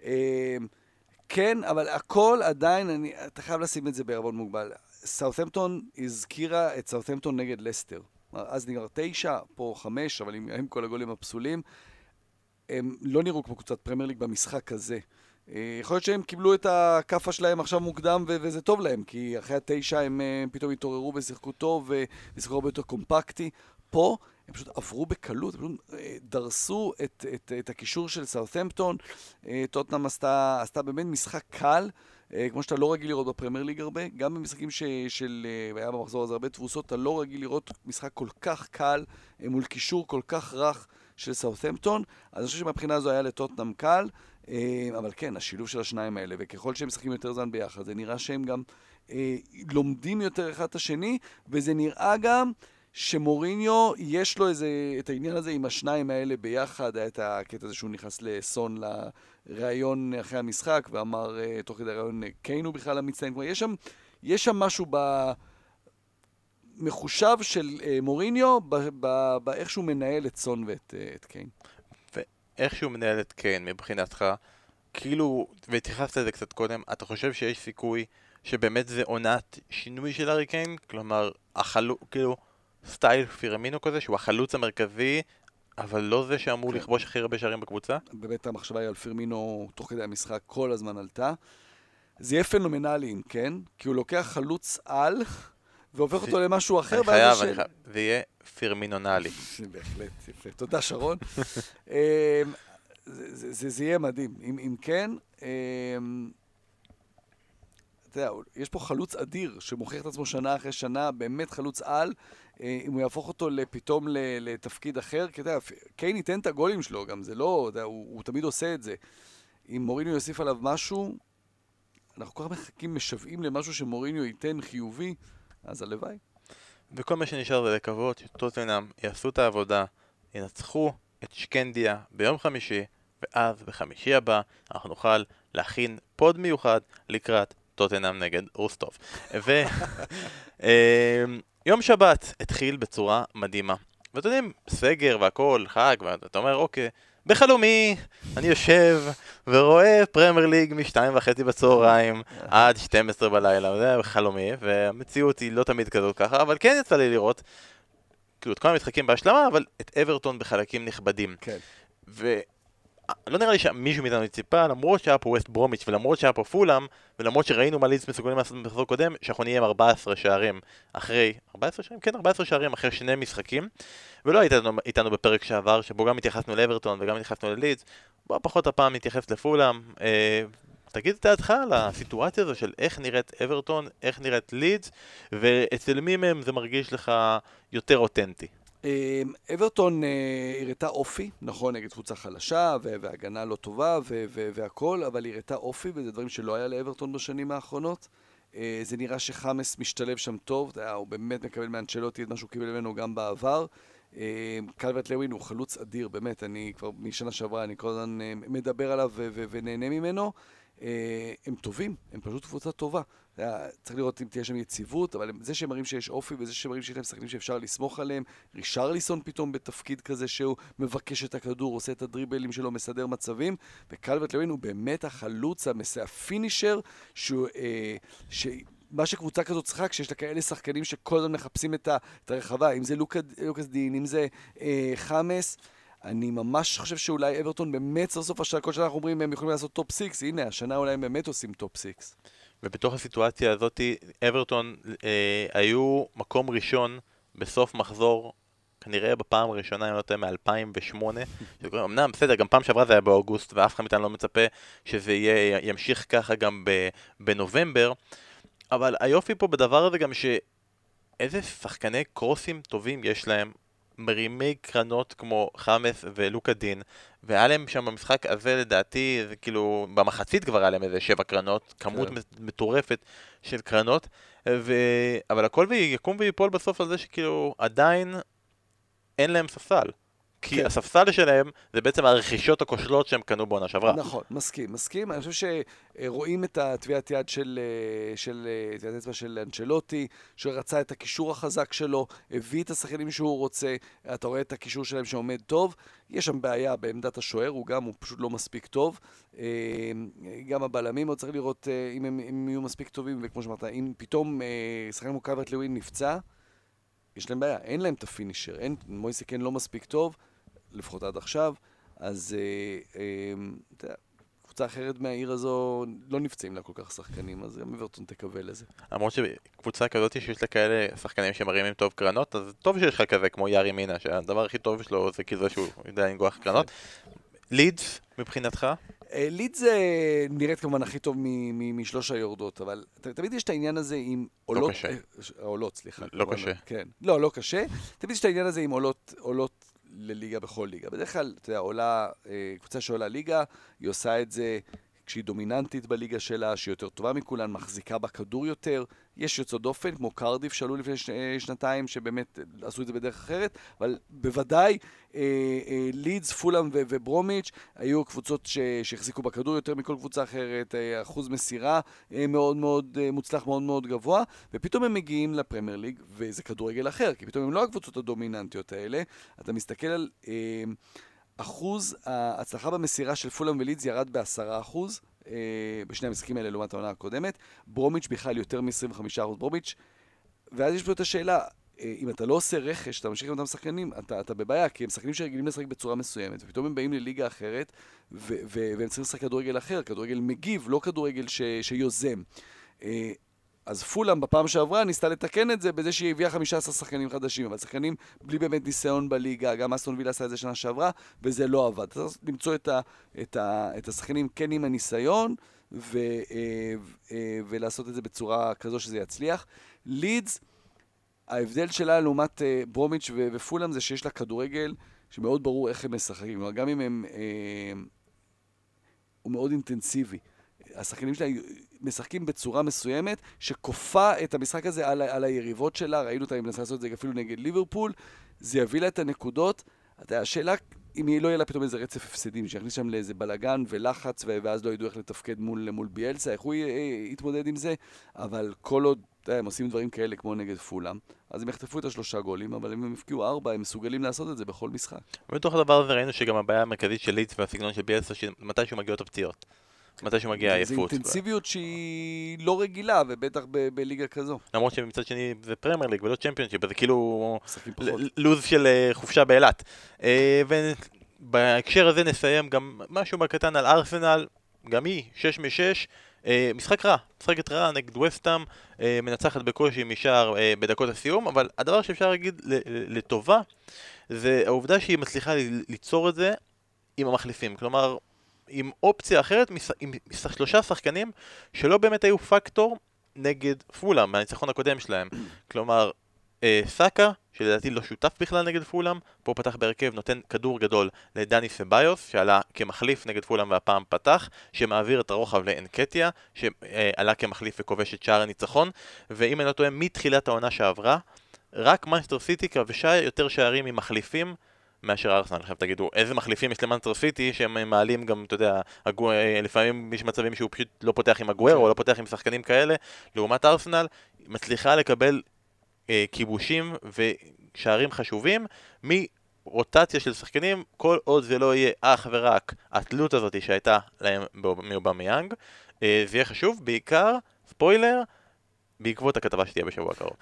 כן, אבל הכל עדיין, אתה חייב לשים את זה בערבון מוגבל. סאות'המפטון הזכירה את סאות'המפטון נגד לסטר. אז נגמר 9, פה 5, אבל עם כל הגולים הפסולים, הם לא נראו כמו קבוצת פרמייר ליג במשחק הזה. יכול להיות שהם קיבלו את הקפה שלהם עכשיו מוקדם וזה טוב להם, כי אחרי 9 הם פתאום התעוררו ושיחקו טוב ושיחקו הרבה יותר קומפקטי. פה הם פשוט עברו בקלות, הם פשוט דרסו את הקישור של סאות'המפטון. טוטנהאם עשתה באמת משחק קל, כמו שאתה לא רגיל לראות בפרמייר ליג הרבה, גם במשחקים היה במחזור הזה הרבה תבוסות, אתה לא רגיל לראות משחק כל כך קל מול קישור כל כך רך של סאות'המפטון. אז אני חושב שמבחינה הזו היה לטוטנהאם קל, אבל כן, השילוב של השניים האלה, וככל שהם משחקים יותר זמן ביחד, זה נראה שהם גם לומדים יותר אחד את השני, וזה נראה גם שמוריניו יש לו את העניין הזה עם השניים האלה ביחד. היה את הקטע הזה שהוא נכנס לסון לראיון אחרי המשחק, ואמר תוך כדי הראיון קיין הוא בכלל המצטיין. יש שם משהו מחושב של מוריניו באיך שהוא מנהל את סון ואת קיין. ואיך שהוא מנהל את קיין מבחינתך, כאילו, והתייחסת לזה קצת קודם, אתה חושב שיש סיכוי שבאמת זה עונת שינוי של הארי קיין? כלומר, כאילו סטייל פירמינו כזה, שהוא החלוץ המרכזי, אבל לא זה שאמור לכבוש הכי הרבה שערים בקבוצה? באמת המחשבה היא על פירמינו תוך כדי המשחק כל הזמן עלתה. זה יהיה פנומנלי, כן? כי הוא לוקח חלוץ על והופך אותו למשהו אחר. אני חייב, זה יהיה פירמינונלי. בהחלט, יפה. תודה שרון. זה יהיה מדהים. אם כן, אתה יודע, יש פה חלוץ אדיר שמוכיח את עצמו שנה אחרי שנה, באמת חלוץ על, אם הוא יהפוך אותו פתאום לתפקיד אחר, כי אתה יודע, קיין ייתן את הגולים שלו, גם זה לא, אתה יודע, הוא תמיד עושה את זה. אם מוריניו יוסיף עליו משהו, אנחנו כל כך מחכים, משוועים למשהו שמוריניו ייתן חיובי, אז הלוואי. וכל מה שנשאר זה לקוות שטוטנהאם יעשו את העבודה, ינצחו את שקנדיה ביום חמישי, ואז בחמישי הבא אנחנו נוכל להכין פוד מיוחד לקראת טוטנהאם נגד רוסטוב. יום שבת התחיל בצורה מדהימה. ואתם יודעים, סגר והכל, חג, ואתה אומר, אוקיי, בחלומי אני יושב ורואה פרמייר ליג מ-2:30 בצהריים עד 12 בלילה, זה בחלומי, והמציאות היא לא תמיד כזאת ככה, אבל כן יצא לי לראות, כאילו, את כל המשחקים בהשלמה, אבל את אברטון בחלקים נכבדים. כן. לא נראה לי שמישהו מאיתנו ציפה, למרות שהיה פה ווסט ברומיץ' ולמרות שהיה פה פולאם, ולמרות שראינו מה לידס מסוגלים לעשות במחזור קודם, שאנחנו נהיה עם 14 שערים אחרי, 14 שערים? כן, 14 שערים אחרי שני משחקים, ולא היית איתנו בפרק שעבר, שבו גם התייחסנו לאברטון וגם התייחסנו ללידס. בוא פחות הפעם נתייחס לפולאם. תגיד את דעתך על הסיטואציה הזו של איך נראית אברטון, איך נראית לידס, ואצל מי מהם זה מרגיש לך יותר אותנטי. אברטון הראתה אופי, נכון, נגד קבוצה חלשה והגנה לא טובה והכל, אבל הראתה אופי, וזה דברים שלא היה לאברטון בשנים האחרונות. זה נראה שחמאס משתלב שם טוב, הוא באמת מקבל מאנצ'לוטי את מה שהוא קיבל ממנו גם בעבר. קלברט לוין הוא חלוץ אדיר, באמת, אני כבר משנה שעברה, אני כל הזמן מדבר עליו ונהנה ממנו. הם טובים, הם פשוט קבוצה טובה. צריך לראות אם תהיה שם יציבות, אבל זה שמראים שיש אופי וזה שמראים שיש להם שחקנים שאפשר לסמוך עליהם. רישרליסון פתאום בתפקיד כזה שהוא מבקש את הכדור, עושה את הדריבלים שלו, מסדר מצבים, וקלברט לוין הוא באמת החלוץ, הפינישר, מה שקבוצה כזאת צריכה, כשיש לה כאלה שחקנים שכל הזמן מחפשים את הרחבה, אם זה לוקאס דין, אם זה חמאס. אני ממש חושב שאולי אברטון באמת סוף השנה, כל שנה אנחנו אומרים הם יכולים לעשות טופ 6, הנה, השנה אולי הם באמת עושים טופ 6. ובתוך הסיטואציה הזאת, אברטון היו מקום ראשון בסוף מחזור, כנראה בפעם הראשונה, אני לא יודע, מ-2008. אמנם, בסדר, גם פעם שעברה זה היה באוגוסט, ואף אחד מאיתנו לא מצפה שזה ימשיך ככה גם בנובמבר, אבל היופי פה בדבר הזה גם שאיזה שחקני קרוסים טובים יש להם, מרימי קרנות כמו חמאס ולוקה דין, והיה להם שם במשחק הזה לדעתי, זה כאילו, במחצית כבר היה להם איזה 7 קרנות, כמות מטורפת של קרנות, אבל הכל יקום ויפול בסוף על זה שכאילו עדיין אין להם ספסל. כי הספסל שלהם זה בעצם הרכישות הכושלות שהם קנו בעונה שעברה. נכון, מסכים. אני חושב שרואים את הטביעת יד טביעת אצבע של אנצ'לוטי, שרצה את הקישור החזק שלו, הביא את השחקנים שהוא רוצה, אתה רואה את הקישור שלהם שעומד טוב, יש שם בעיה בעמדת השוער, הוא פשוט לא מספיק טוב, גם הבלמים, עוד צריך לראות אם הם יהיו מספיק טובים, וכמו שאמרת, אם פתאום שחקן כמו קלברט לוין נפצע, יש להם בעיה, אין להם את הפינישר, מויסה כן לא מספיק טוב, לפחות עד עכשיו, אז קבוצה אחרת מהעיר הזו לא נפצעים לה כל כך שחקנים, אז גם אברטון תקווה לזה. למרות שקבוצה כזאת שיש לה כאלה שחקנים שמרימים טוב קרנות, אז טוב שיש לך כזה כמו יארי מינה, שהדבר הכי טוב שלו זה כזה שהוא יודע לנגוח קרנות. לידס מבחינתך? לידס נראית כמובן הכי טוב משלוש היורדות, אבל תמיד יש את העניין הזה עם עולות... לא קשה. עולות, סליחה. לא קשה. כן. לא קשה. תמיד יש את העניין הזה עם עולות לליגה בכל ליגה. בדרך כלל, אתה יודע, עולה, קבוצה שעולה ליגה, היא עושה את זה כשהיא דומיננטית בליגה שלה, שהיא יותר טובה מכולן, מחזיקה בכדור יותר. יש יוצאות דופן, כמו קרדיף, שעלו לפני שנתיים, שבאמת עשו את זה בדרך אחרת, אבל בוודאי לידס, פולאם וברומיץ' היו קבוצות שהחזיקו בכדור יותר מכל קבוצה אחרת, אחוז מסירה מאוד מאוד מוצלח, מאוד מאוד גבוה, ופתאום הם מגיעים לפרמייר ליג, וזה כדורגל אחר, כי פתאום הם לא הקבוצות הדומיננטיות האלה. אתה מסתכל על אחוז ההצלחה במסירה של פולאם ולידס ירד ב10%, בשני המשחקים האלה לעומת העונה הקודמת, ברומיץ' בכלל יותר מ-25% ברומיץ', ואז יש פה את השאלה, אם אתה לא עושה רכש, אתה ממשיך עם אותם שחקנים, אתה בבעיה, כי הם שחקנים שרגילים לשחק בצורה מסוימת, ופתאום הם באים לליגה אחרת, והם צריכים לשחק כדורגל אחר, כדורגל מגיב, לא כדורגל שיוזם. אז פולאם בפעם שעברה ניסתה לתקן את זה בזה שהיא הביאה 15 שחקנים חדשים, אבל שחקנים בלי באמת ניסיון בליגה, גם אסטון וילה עשה את זה שנה שעברה, וזה לא עבד. אתה צריך למצוא את השחקנים כן עם הניסיון, ולעשות את זה בצורה כזו שזה יצליח. לידס, ההבדל שלה לעומת ברומיץ' ופולאם זה שיש לה כדורגל שמאוד ברור איך הם משחקים. גם אם הם... הוא מאוד אינטנסיבי. השחקנים שלה משחקים בצורה מסוימת שכופה את המשחק הזה על היריבות שלה, ראינו אותה, אם ננסה לעשות את זה אפילו נגד ליברפול, זה יביא לה את הנקודות. השאלה, אם היא לא יהיה לה פתאום איזה רצף הפסדים, שיכניס שם לאיזה בלגן ולחץ, ואז לא ידעו איך לתפקד מול ביאלסה, איך הוא יתמודד עם זה, אבל כל עוד הם עושים דברים כאלה כמו נגד פולאם, אז הם יחטפו את 3 גולים, אבל אם הם יפקיעו 4, הם מסוגלים לעשות את זה בכל משחק. ובתוך הדבר הזה ראינו שגם הבעיה המרכזית של לידס והסגנון של ביאלסה, שמתי שהוא מגיע אותו פציעות. מתי שהוא מגיע עייפות. זו אינטנסיביות שהיא לא רגילה, ובטח בליגה כזו. למרות שמצד שני זה פרמייר ליג ולא צ'מפיונשיפ, זה כאילו לוז של חופשה באילת. ובהקשר הזה נסיים גם משהו בקטן על ארסנל, גם היא, 6-6, משחק רע נגד וסטהאם, מנצחת בקושי משער בדקות הסיום, אבל הדבר שאפשר להגיד לטובה, זה העובדה שהיא מצליחה ליצור את זה עם המחליפים. כלומר, עם אופציה אחרת, עם 3 שחקנים שלא באמת היו פקטור נגד פולאם, מהניצחון הקודם שלהם. כלומר, סאקה, שלדעתי לא שותף בכלל נגד פולאם, פה פתח בהרכב, נותן כדור גדול לדני סביוס, שעלה כמחליף נגד פולאם והפעם פתח, שמעביר את הרוחב לאנקטיה, שעלה כמחליף וכובש את שער הניצחון, ואם אני לא טועה, מתחילת העונה שעברה, רק מנצ'סטר סיטי כבשה יותר שערים ממחליפים, מאשר ארסנל. עכשיו תגידו, איזה מחליפים יש למנצ'סטר סיטי שהם מעלים גם, אתה יודע, לפעמים יש מצבים שהוא פשוט לא פותח עם אגוארו או לא פותח עם שחקנים כאלה, לעומת ארסנל, מצליחה לקבל כיבושים ושערים חשובים מרוטציה של שחקנים, כל עוד זה לא יהיה אך ורק התלות הזאת שהייתה להם מאובמיאנג. זה יהיה חשוב, בעיקר, ספוילר, בעקבות הכתבה שתהיה בשבוע הקרוב.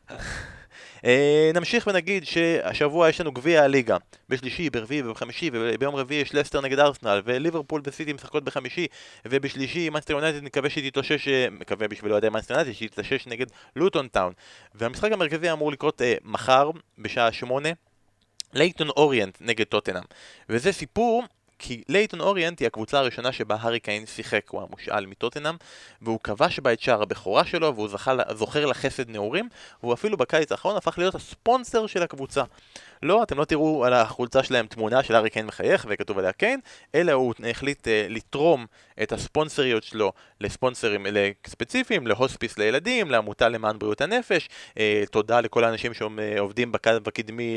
נמשיך ונגיד שהשבוע יש לנו גביע הליגה בשלישי, ברביעי ובחמישי, וביום רביעי יש לסטר נגד ארסנל, וליברפול וסיטי משחקות בחמישי, ובשלישי מנצ'סטר יונייטד מקווה שהיא תתאושש, מקווה בשביל אוהדי מנצ'סטר יונייטד שהיא תתאושש נגד לוטון טאון. והמשחק המרכזי אמור לקרות מחר בשעה 8, לייטון אוריינט נגד טוטנהאם. וזה סיפור, כי לייטון אוריינט היא הקבוצה הראשונה שבה הארי קיין שיחק, הוא המושאל מטוטנהאם, והוא כבש בה את שער הבכורה שלו, והוא זוכר לחסד נעורים, והוא אפילו בקיץ האחרון הפך להיות הספונסר של הקבוצה. לא, אתם לא תראו על החולצה שלהם תמונה של הארי קיין מחייך וכתוב עליה קיין, אלא הוא החליט לתרום את הספונסריות שלו לספונסרים ספציפיים, להוספיס לילדים, לעמותה למען בריאות הנפש. תודה לכל האנשים שעובדים בקו הקדמי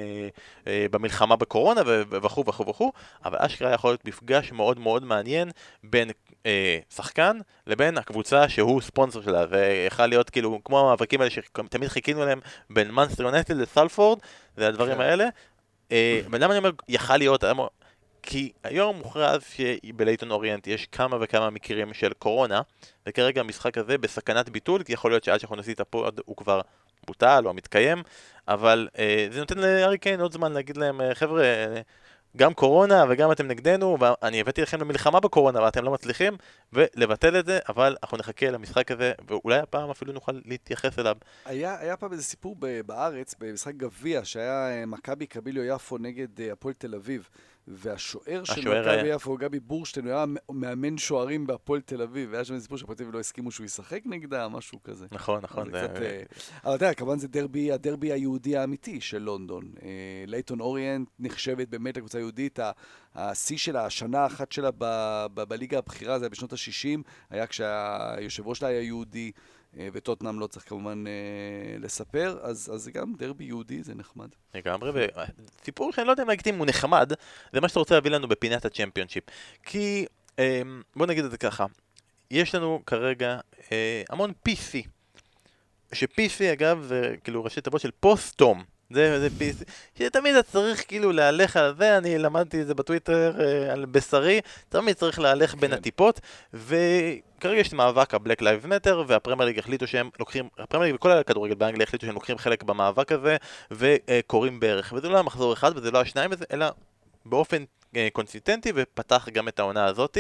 במלחמה בקורונה וכו' וכו' וכו', אבל אשכרה יכול להיות מפגש מאוד מאוד מעניין בין שחקן לבין הקבוצה שהוא ספונסר שלה, ויכל להיות כאילו כמו המאבקים האלה שתמיד חיכינו להם בין מנסטר יונייטד לסלפורד, זה הדברים האלה. ולמה אני אומר יכל להיות? כי היום מוכרז שבלייטון אוריינט יש כמה וכמה מקרים של קורונה, וכרגע המשחק הזה בסכנת ביטול, כי יכול להיות שעד שאנחנו נעשה את הפוד הוא כבר בוטל או מתקיים, אבל זה נותן להארי קיין עוד זמן להגיד להם, חבר'ה, גם קורונה וגם אתם נגדנו, ואני הבאתי לכם למלחמה בקורונה ואתם לא מצליחים, ולבטל את זה, אבל אנחנו נחכה למשחק הזה, ואולי הפעם אפילו נוכל להתייחס אליו. היה פעם איזה סיפור בארץ, במשחק גביע, שהיה מכבי קביליו יפו נגד הפועל תל אביב, והשוער של מכבי יפו, גבי בורשטיין, הוא היה מאמן שוערים בהפועל תל אביב, והיה שם סיפור שהפועל תל אביב לא הסכימו שהוא ישחק נגדה, משהו כזה. נכון. אבל אתה יודע, כמובן זה הדרבי היהודי האמיתי של לונדון. לייטון אוריינט נחשבת באמת לקבוצה יהודית, השיא שלה, השנה האחת שלה בליגה הבכירה, זה היה בשנות ה-60, היה כשהיושב ראש שלה היה יהודי, וטוטנהאם לא צריך כמובן לספר, אז זה גם דרבי יהודי, זה נחמד. לגמרי, וסיפור שאני לא יודע אם להגיד אם הוא נחמד, זה מה שאתה רוצה להביא לנו בפינת הצ'מפיונשיפ. כי, בוא נגיד את זה ככה, יש לנו כרגע המון PC, ש-PC אגב זה כאילו ראשי תיבות של פוסט-טום, זה PC, שתמיד אתה צריך כאילו להלך על זה, אני למדתי את זה בטוויטר על בשרי, תמיד צריך להלך בין הטיפות, וכרגע יש מאבק ה-Black Lives Matter, והפרמייר ליג החליטו שהם לוקחים, הפרמייר ליג וכל הכדורגל באנגליה החליטו שהם לוקחים חלק במאבק הזה, וקוראים בערך, וזה לא המחזור אחד וזה לא השניים, אלא באופן קונסיסטנטי, ופתח גם את העונה הזאת,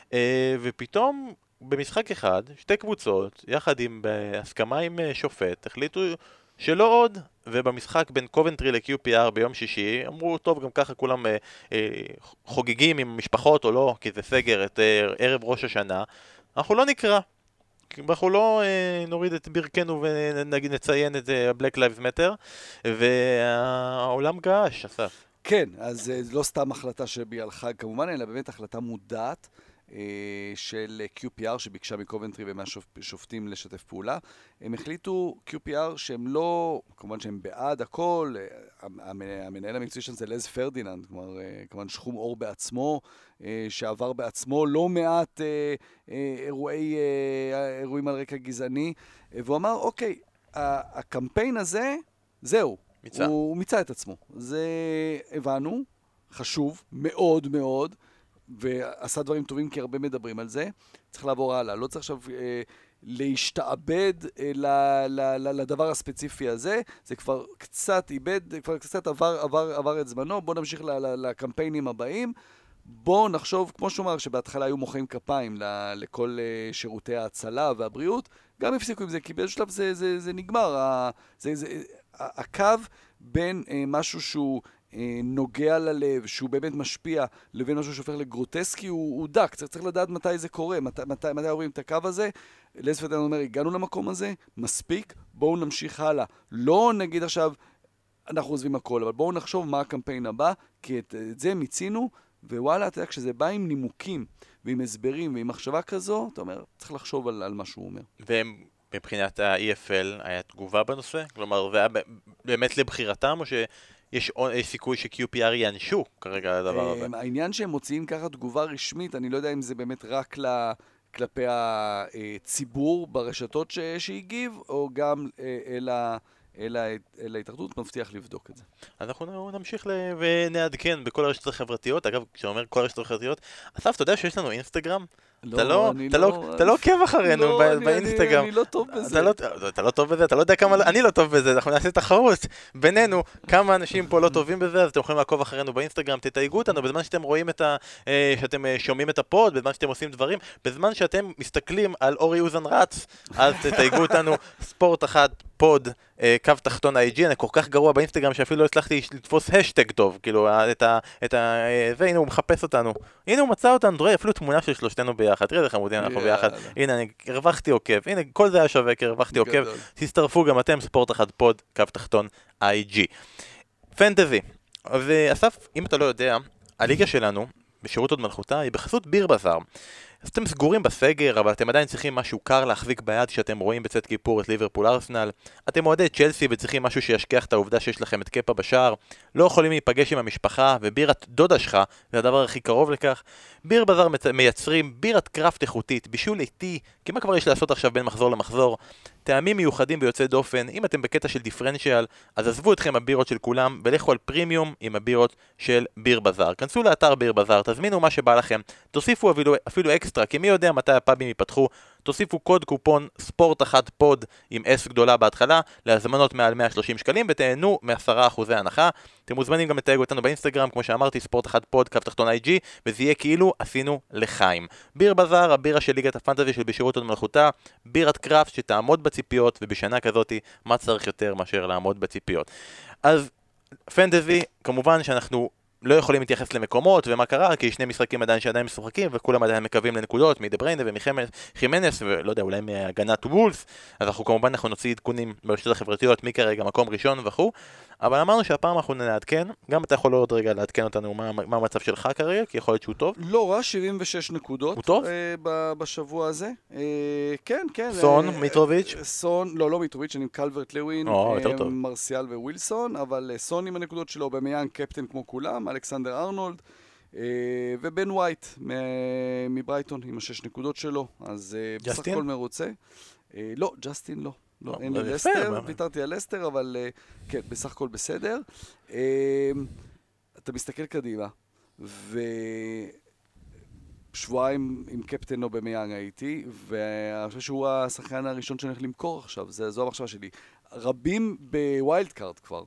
ופתאום במשחק אחד, שתי קבוצות, יחד עם הסכמה עם שופט, החליטו שלא עוד, ובמשחק בין קובנטרי ל-QPR ביום שישי, אמרו, טוב, גם ככה כולם חוגגים עם משפחות או לא, כי זה סגר את ערב ראש השנה, אנחנו לא נקרא, אנחנו לא נוריד את ברכנו ונגיד נציין את Black Lives Matter, והעולם געש, אסף. כן, אז לא סתם החלטה שבי על חג כמובן, אלא באמת החלטה מודעת, של QPR שביקשה מקובנטרי ומהשופטים לשתף פעולה. הם החליטו QPR שהם לא, כמובן שהם בעד הכל, המנהל המקצועי שם זה לז פרדיננד, כמובן שחום אור בעצמו, שעבר בעצמו לא מעט אירועים על רקע גזעני, והוא אמר, אוקיי, הקמפיין הזה, זהו, הוא מיצה את עצמו. זה הבנו, חשוב, מאוד מאוד, ועשה דברים טובים כי הרבה מדברים על זה. צריך לעבור הלאה. לא צריך עכשיו להשתעבד לדבר הספציפי הזה. זה כבר קצת איבד, כבר קצת עבר את זמנו. בואו נמשיך לקמפיינים הבאים. בואו נחשוב, כמו שאומר, שבהתחלה היו מוחאים כפיים לכל שירותי ההצלה והבריאות. גם הפסיקו עם זה, כי באיזשהו שלב זה נגמר. הקו בין משהו שהוא נוגע ללב, שהוא באמת משפיע, לבין משהו שהופך לגרוטסקי, הוא דק. צריך לדעת מתי זה קורה, מתי עוברים את הקו הזה. לז פרדיננד אומר, הגענו למקום הזה, מספיק, בואו נמשיך הלאה. לא נגיד עכשיו, אנחנו עוזבים הכל, אבל בואו נחשוב מה הקמפיין הבא, כי את זה מיצינו, ווואלה, אתה יודע, כשזה בא עם נימוקים, ועם הסברים, ועם מחשבה כזו, אתה אומר, צריך לחשוב על מה שהוא אומר. ומבחינת ה-EFL, היה תגובה בנושא? כלומר, זה היה באמת לבחירתם, או יש סיכוי ש-QPR יענשו כרגע על הדבר הזה? העניין שהם מוציאים ככה תגובה רשמית, אני לא יודע אם זה באמת רק כלפי הציבור ברשתות שהגיב, או גם אל ההתאחדות, מבטיח לבדוק את זה. אנחנו נמשיך ונעדכן בכל הרשתות החברתיות. אגב, כשאומר כל הרשתות החברתיות, אסף, אתה יודע שיש לנו אינסטגרם? אתה לא עוקב אחרינו באינסטגרם. אני לא טוב בזה. אתה לא טוב בזה, אתה לא יודע כמה, אני לא טוב בזה, אנחנו נעשה תחרות בינינו, כמה אנשים פה לא טובים בזה, אז אתם יכולים לעקוב אחרינו באינסטגרם, תתייגו אותנו, בזמן שאתם רואים שאתם שומעים את הפוד, בזמן שאתם עושים דברים, בזמן שאתם מסתכלים על אורי אוזן רץ, אז תתייגו אותנו, ספורט 1 פוד, קו תחתון IG, אני כל כך גרוע באינסטגרם שאפילו לא הצלחתי לתפוס השטג טוב, כאילו, והנה הוא מחפש אותנו, הנה הוא מצא אותנו, תראה, אפילו תמונה של שלושתנו ביחד, תראה איזה חמודים אנחנו ביחד, הנה אני הרווחתי עוקב, הנה כל זה היה שווה כי הרווחתי עוקב, תצטרפו גם אתם, ספורט אחד פוד, קו תחתון IG. פנטזי, אז אסף, אם אתה לא יודע, הליגה שלנו, בשירות עוד מלכותה, היא בחסות ביר בזאר. אז אתם סגורים בסגר, אבל אתם עדיין צריכים משהו קר להחזיק ביד שאתם רואים בצאת כיפור את ליברפול ארסנל. אתם אוהדי צ'לסי וצריכים משהו שישכח את העובדה שיש לכם את קפה בשער. לא יכולים להיפגש עם המשפחה, ובירת דודה שלך זה הדבר הכי קרוב לכך. ביר בזאר מייצרים בירת קראפט איכותית, בישול איטי, כי מה כבר יש לעשות עכשיו בין מחזור למחזור? טעמים מיוחדים ויוצא דופן. אם אתם בקטע של דיפרנציאל, אז עזבו אתכם הבירות של כולם ולכו על פרימיום עם הבירות של ביר בזאר. כנסו לאתר ביר בזאר, תזמינו מה שבא לכם, תוסיפו אפילו אקסטרה, כי מי יודע מתי הפאבים ייפתחו. תוסיפו קוד קופון ספורט אחד פוד עם S גדולה בהתחלה להזמנות מעל 130 שקלים ותהנו מ10% הנחה. אתם מוזמנים גם לתייג אותנו באינסטגרם, כמו שאמרתי, ספורט אחד פוד, קו תחתון IG, וזה יהיה כאילו עשינו לחיים. ביר בזאר, הבירה של ליגת הפנטזי של בשירות עוד מלכותה, בירת קראפט שתעמוד בציפיות, ובשנה כזאת מה צריך יותר מאשר לעמוד בציפיות. אז פנטזי, כמובן שאנחנו לא יכולים להתייחס למקומות ומה קרה, כי שני משחקים שעדיין משוחקים וכולם עדיין מקווים לנקודות מדה בריינה ומחימנס ולא יודע, אולי מהגנת וולס. אז אנחנו כמובן נוציא עדכונים ברשתות החברתיות מי כרגע מקום ראשון וכו', אבל אמרנו שהפעם אנחנו נעדכן. גם אתה יכול עוד רגע לעדכן אותנו מה המצב שלך כרגע, כי יכול להיות שהוא טוב. לא רע, 76 נקודות. הוא טוב? בשבוע הזה. כן, כן. סון, מיטרוביץ'? סון, לא מיטרוביץ', אני עם קלברט לווין, מרסיאל ווילסון, אבל סון עם הנקודות שלו, במיין קפטן כמו כולם, אלכסנדר ארנולד, ובן ווייט מברייטון עם 6 נקודות שלו, אז בסך הכל מרוצה. לא, ג'סטין לא. לא, אין לי לסטר, ויתרתי על לסטר, אבל כן, בסך הכל בסדר. אתה מסתכל קדימה, ושבועיים עם קפטן או במיאנג הייתי, ואני חושב שהוא השחקן הראשון שאני הולך למכור עכשיו, זו המחשבה שלי. רבים בווילד קארד כבר.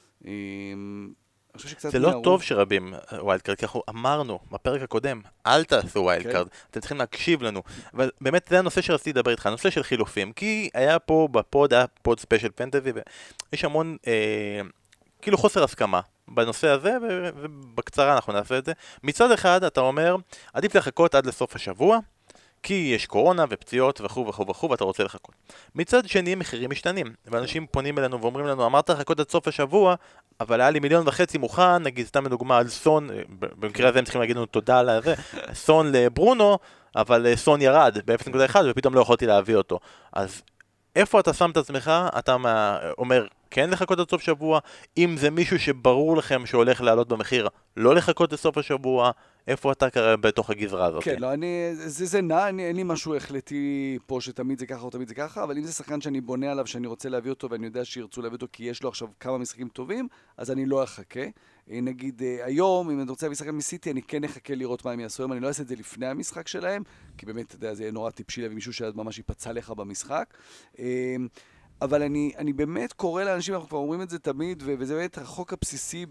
זה לא טוב שרבים ווילד קארד, כי אנחנו אמרנו בפרק הקודם, אל תעשו ווילד קארד, אתם צריכים להקשיב לנו. אבל באמת זה הנושא שרציתי לדבר איתך, הנושא של חילופים, כי היה פה בפוד, היה פוד ספיישל פנטזי, ויש המון כאילו חוסר הסכמה בנושא הזה, ובקצרה אנחנו נעשה את זה. מצד אחד אתה אומר, עדיף לחכות עד לסוף השבוע, כי יש קורונה ופציעות וכו' וכו' וכו' ואתה רוצה לחכות. מצד שני, מחירים משתנים, ואנשים פונים אלינו ואומרים לנו, אמרת לחכות עד סוף השבוע, אבל היה לי 1.5 מיליון מוכן, נגיד סתם לדוגמה על סון, במקרה הזה הם צריכים להגיד לנו תודה על זה, סון לברונו, אבל סון ירד ב-0.1 ופתאום לא יכולתי להביא אותו. אז איפה אתה שם את עצמך? אתה אומר, כן לחכות עד סוף שבוע, אם זה מישהו שברור לכם שהולך לעלות במחיר, לא לחכות לסוף השבוע, איפה אתה קרא בתוך הגזרה הזאת? כן, לא, זה נע, אין לי משהו החלטי פה שתמיד זה ככה או תמיד זה ככה, אבל אם זה שחקן שאני בונה עליו, שאני רוצה להביא אותו, ואני יודע שירצו להביא אותו כי יש לו עכשיו כמה משחקים טובים, אז אני לא אחכה. נגיד, היום, אם אני רוצה להביא שחקן מסיטי, אני כן אחכה לראות מה הם יעשו היום, אני לא אעשה את זה לפני המשחק שלהם, כי באמת, אתה יודע, זה יהיה נורא טיפשי להביא מישהו שממש ייפצע לך במשחק. אבל אני באמת קורא לאנשים, אנחנו כבר אומרים את זה תמיד, וזה באמת החוק הבסיסי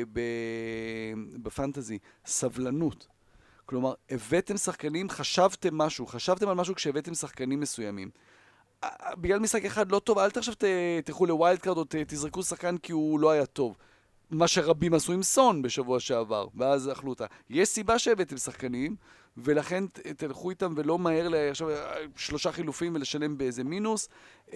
בפנטזי, סבלנות. כלומר, הבאתם שחקנים, חשבתם על משהו כשהבאתם שחקנים מסוימים. בגלל משחק אחד לא טוב, אל תחשב תלכו לווילד קארד או תזרקו שחקן כי הוא לא היה טוב. מה שרבים עשו עם סון בשבוע שעבר, ואז אכלו אותה. יש סיבה שהבאתם שחקנים, ולכן תלכו איתם ולא מהר עכשיו 3 חילופים ולשלם באיזה מינוס.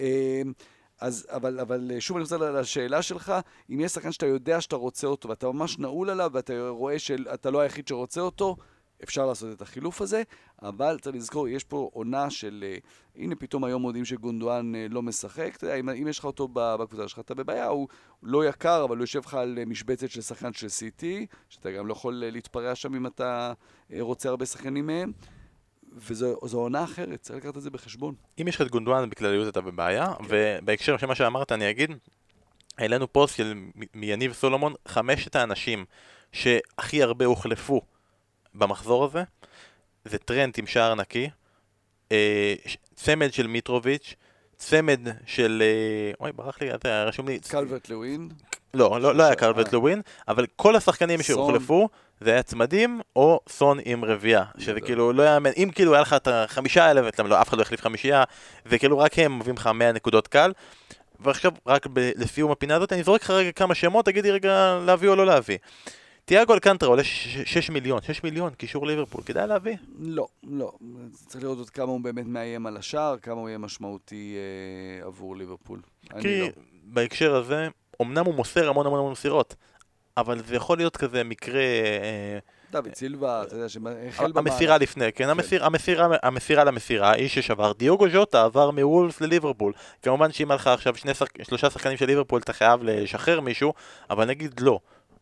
אבל שוב אני רוצה לשאלה שלך, אם יש שחקן שאתה יודע שאתה רוצה אותו, ואתה ממש נעול עליו, ואתה רואה שאתה לא היחיד שרוצה אותו, אפשר לעשות את החילוף הזה, אבל צריך לזכור, יש פה עונה של, הנה פתאום היום יודעים שגונדואן לא משחק, אתה יודע, אם יש לך אותו בקבוצה שלך, אתה בבעיה, הוא לא יקר, אבל הוא יושב לך על משבצת של שחקן של סיטי, שאתה גם לא יכול להתפרע שם אם אתה רוצה הרבה שחקנים מהם, וזו עונה אחרת, צריך לקחת את זה בחשבון. אם יש לך את גונדואן בכלליות אתה בבעיה, ובהקשר של מה שאמרת אני אגיד, העלינו פוסט של מיניב סולומון, 5 האנשים שהכי הרבה הוחלפו במחזור הזה, זה טרנט עם שער נקי, צמד של מיטרוביץ', צמד של, ברח לי, זה רשום לי, קלברט לווין. לא היה קלברט לווין, אבל כל השחקנים שהוחלפו, זה היה צמדים או סון עם רביעה, שזה כאילו לא היה, אם כאילו היה לך את 5,000, לא, אף אחד לא החליף 5, וכאילו רק הם מביאים לך 100 נקודות קל, ועכשיו רק לסיום הפינה הזאת, אני זורק לך רגע כמה שמות, תגידי רגע להביא או לא להביא. תיאגו אלקנטרה עולה 6 מיליון, 6 מיליון, קישור ליברפול, כדאי להביא? לא, לא. צריך לראות עוד כמה הוא באמת מאיים על השער, כמה הוא יהיה משמעותי עבור ליברפול. כי בהקשר הזה, אמנם הוא מוסר המון המון מסירות, אבל זה יכול להיות כזה מקרה... דוד סילבה, אתה יודע, שהחל המסירה לפני, כן, המסירה למסירה, איש ששבר, דיוגו ז'וטה עבר מוולפס לליברפול, כמובן שאם הלכה עכשיו 3 שחקנים של ליברפול, אתה חייב לשחרר מישהו, אבל נגיד לא,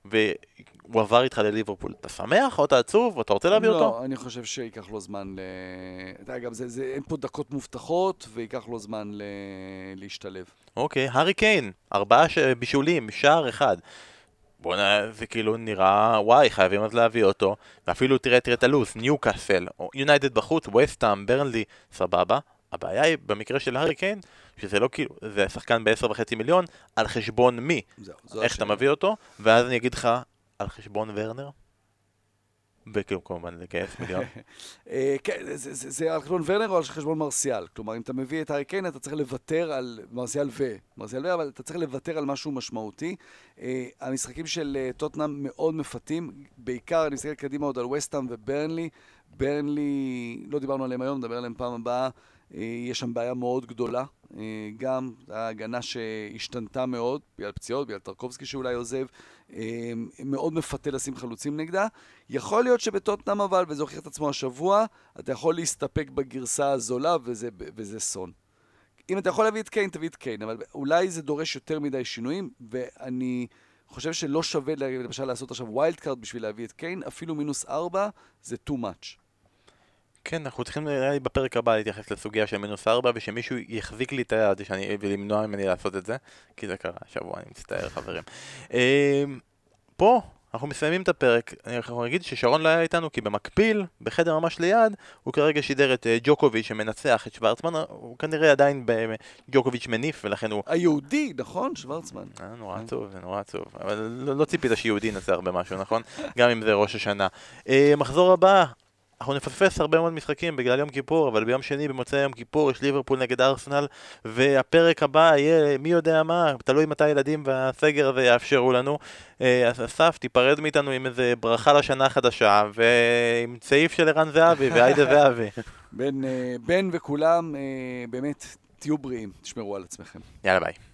והוא עבר איתך לליברפול, אתה שמח או אתה עצוב, או אתה רוצה להביא אותו? לא, אני חושב שייקח לו זמן גם אין פה דקות מובטחות, וייקח לו זמן להשתלב. אוקיי, הארי קיין, 4 בישולים, שער אחד. בוא'נה, זה כאילו נראה, וואי, חייבים אז להביא אותו, ואפילו תראה את הלו"ז, ניוקאסל, יונייטד בחוץ, וסטהאם, ברנלי, סבבה. הבעיה היא במקרה של הארי קיין, שזה לא כאילו, זה שחקן ב10.5 מיליון, על חשבון מי? איך אתה מביא אותו? ואז אני אגיד לך, על חשבון ורנר? וכאילו כמובן לגייס מיליון. כן, זה על חשבון ורנר או על חשבון מרסיאל. כלומר, אם אתה מביא את הארי קיין, אתה צריך לוותר על מרסיאל, אבל אתה צריך לוותר על משהו משמעותי. המשחקים של טוטנהאם מאוד מפתים, בעיקר אני מסתכל קדימה עוד על וסטהאם וברנלי. ברנלי, לא דיברנו עליהם היום, נדבר עליהם פעם הבאה. יש שם בעיה מאוד גדולה, גם ההגנה שהשתנתה מאוד, בגלל פציעות, בגלל טרקובסקי שאולי עוזב, מאוד מפתה לשים חלוצים נגדה. יכול להיות שבטוטנאם אבל, וזה הוכיח את עצמו השבוע, אתה יכול להסתפק בגרסה הזולה, וזה סון. אם אתה יכול להביא את קיין, תביא את קיין, אבל אולי זה דורש יותר מדי שינויים, ואני חושב שלא שווה למשל לעשות עכשיו ווילד קארד בשביל להביא את קיין, אפילו -4 זה too much. כן, אנחנו צריכים בפרק הבא להתייחס לסוגיה של -4 ושמישהו יחזיק לי את היד ולמנוע ממני לעשות את זה, כי זה קרה השבוע, אני מצטער חברים. פה אנחנו מסיימים את הפרק, אנחנו נגיד ששרון לא היה איתנו כי במקביל, בחדר ממש ליד, הוא כרגע שידר את ג'וקוביץ' שמנצח את שוורצמן, הוא כנראה עדיין ג'וקוביץ' מניף ולכן הוא... היהודי, נכון? שוורצמן. נורא עצוב, זה נורא עצוב, אבל לא ציפית שיהודי ינצח במשהו, נכון? גם אם זה ראש השנה. מחזור הבא. אנחנו נפספס הרבה מאוד משחקים בגלל יום כיפור, אבל ביום שני במוצאי יום כיפור יש ליברפול נגד ארסנל, והפרק הבא יהיה מי יודע מה, תלוי מתי הילדים והסגר הזה יאפשרו לנו. אז אסף, תיפרד מאיתנו עם איזה ברכה לשנה החדשה, ועם צעיף של ערן זהבי והיידה זהבי. בן וכולם, באמת, תהיו בריאים, תשמרו על עצמכם. יאללה ביי.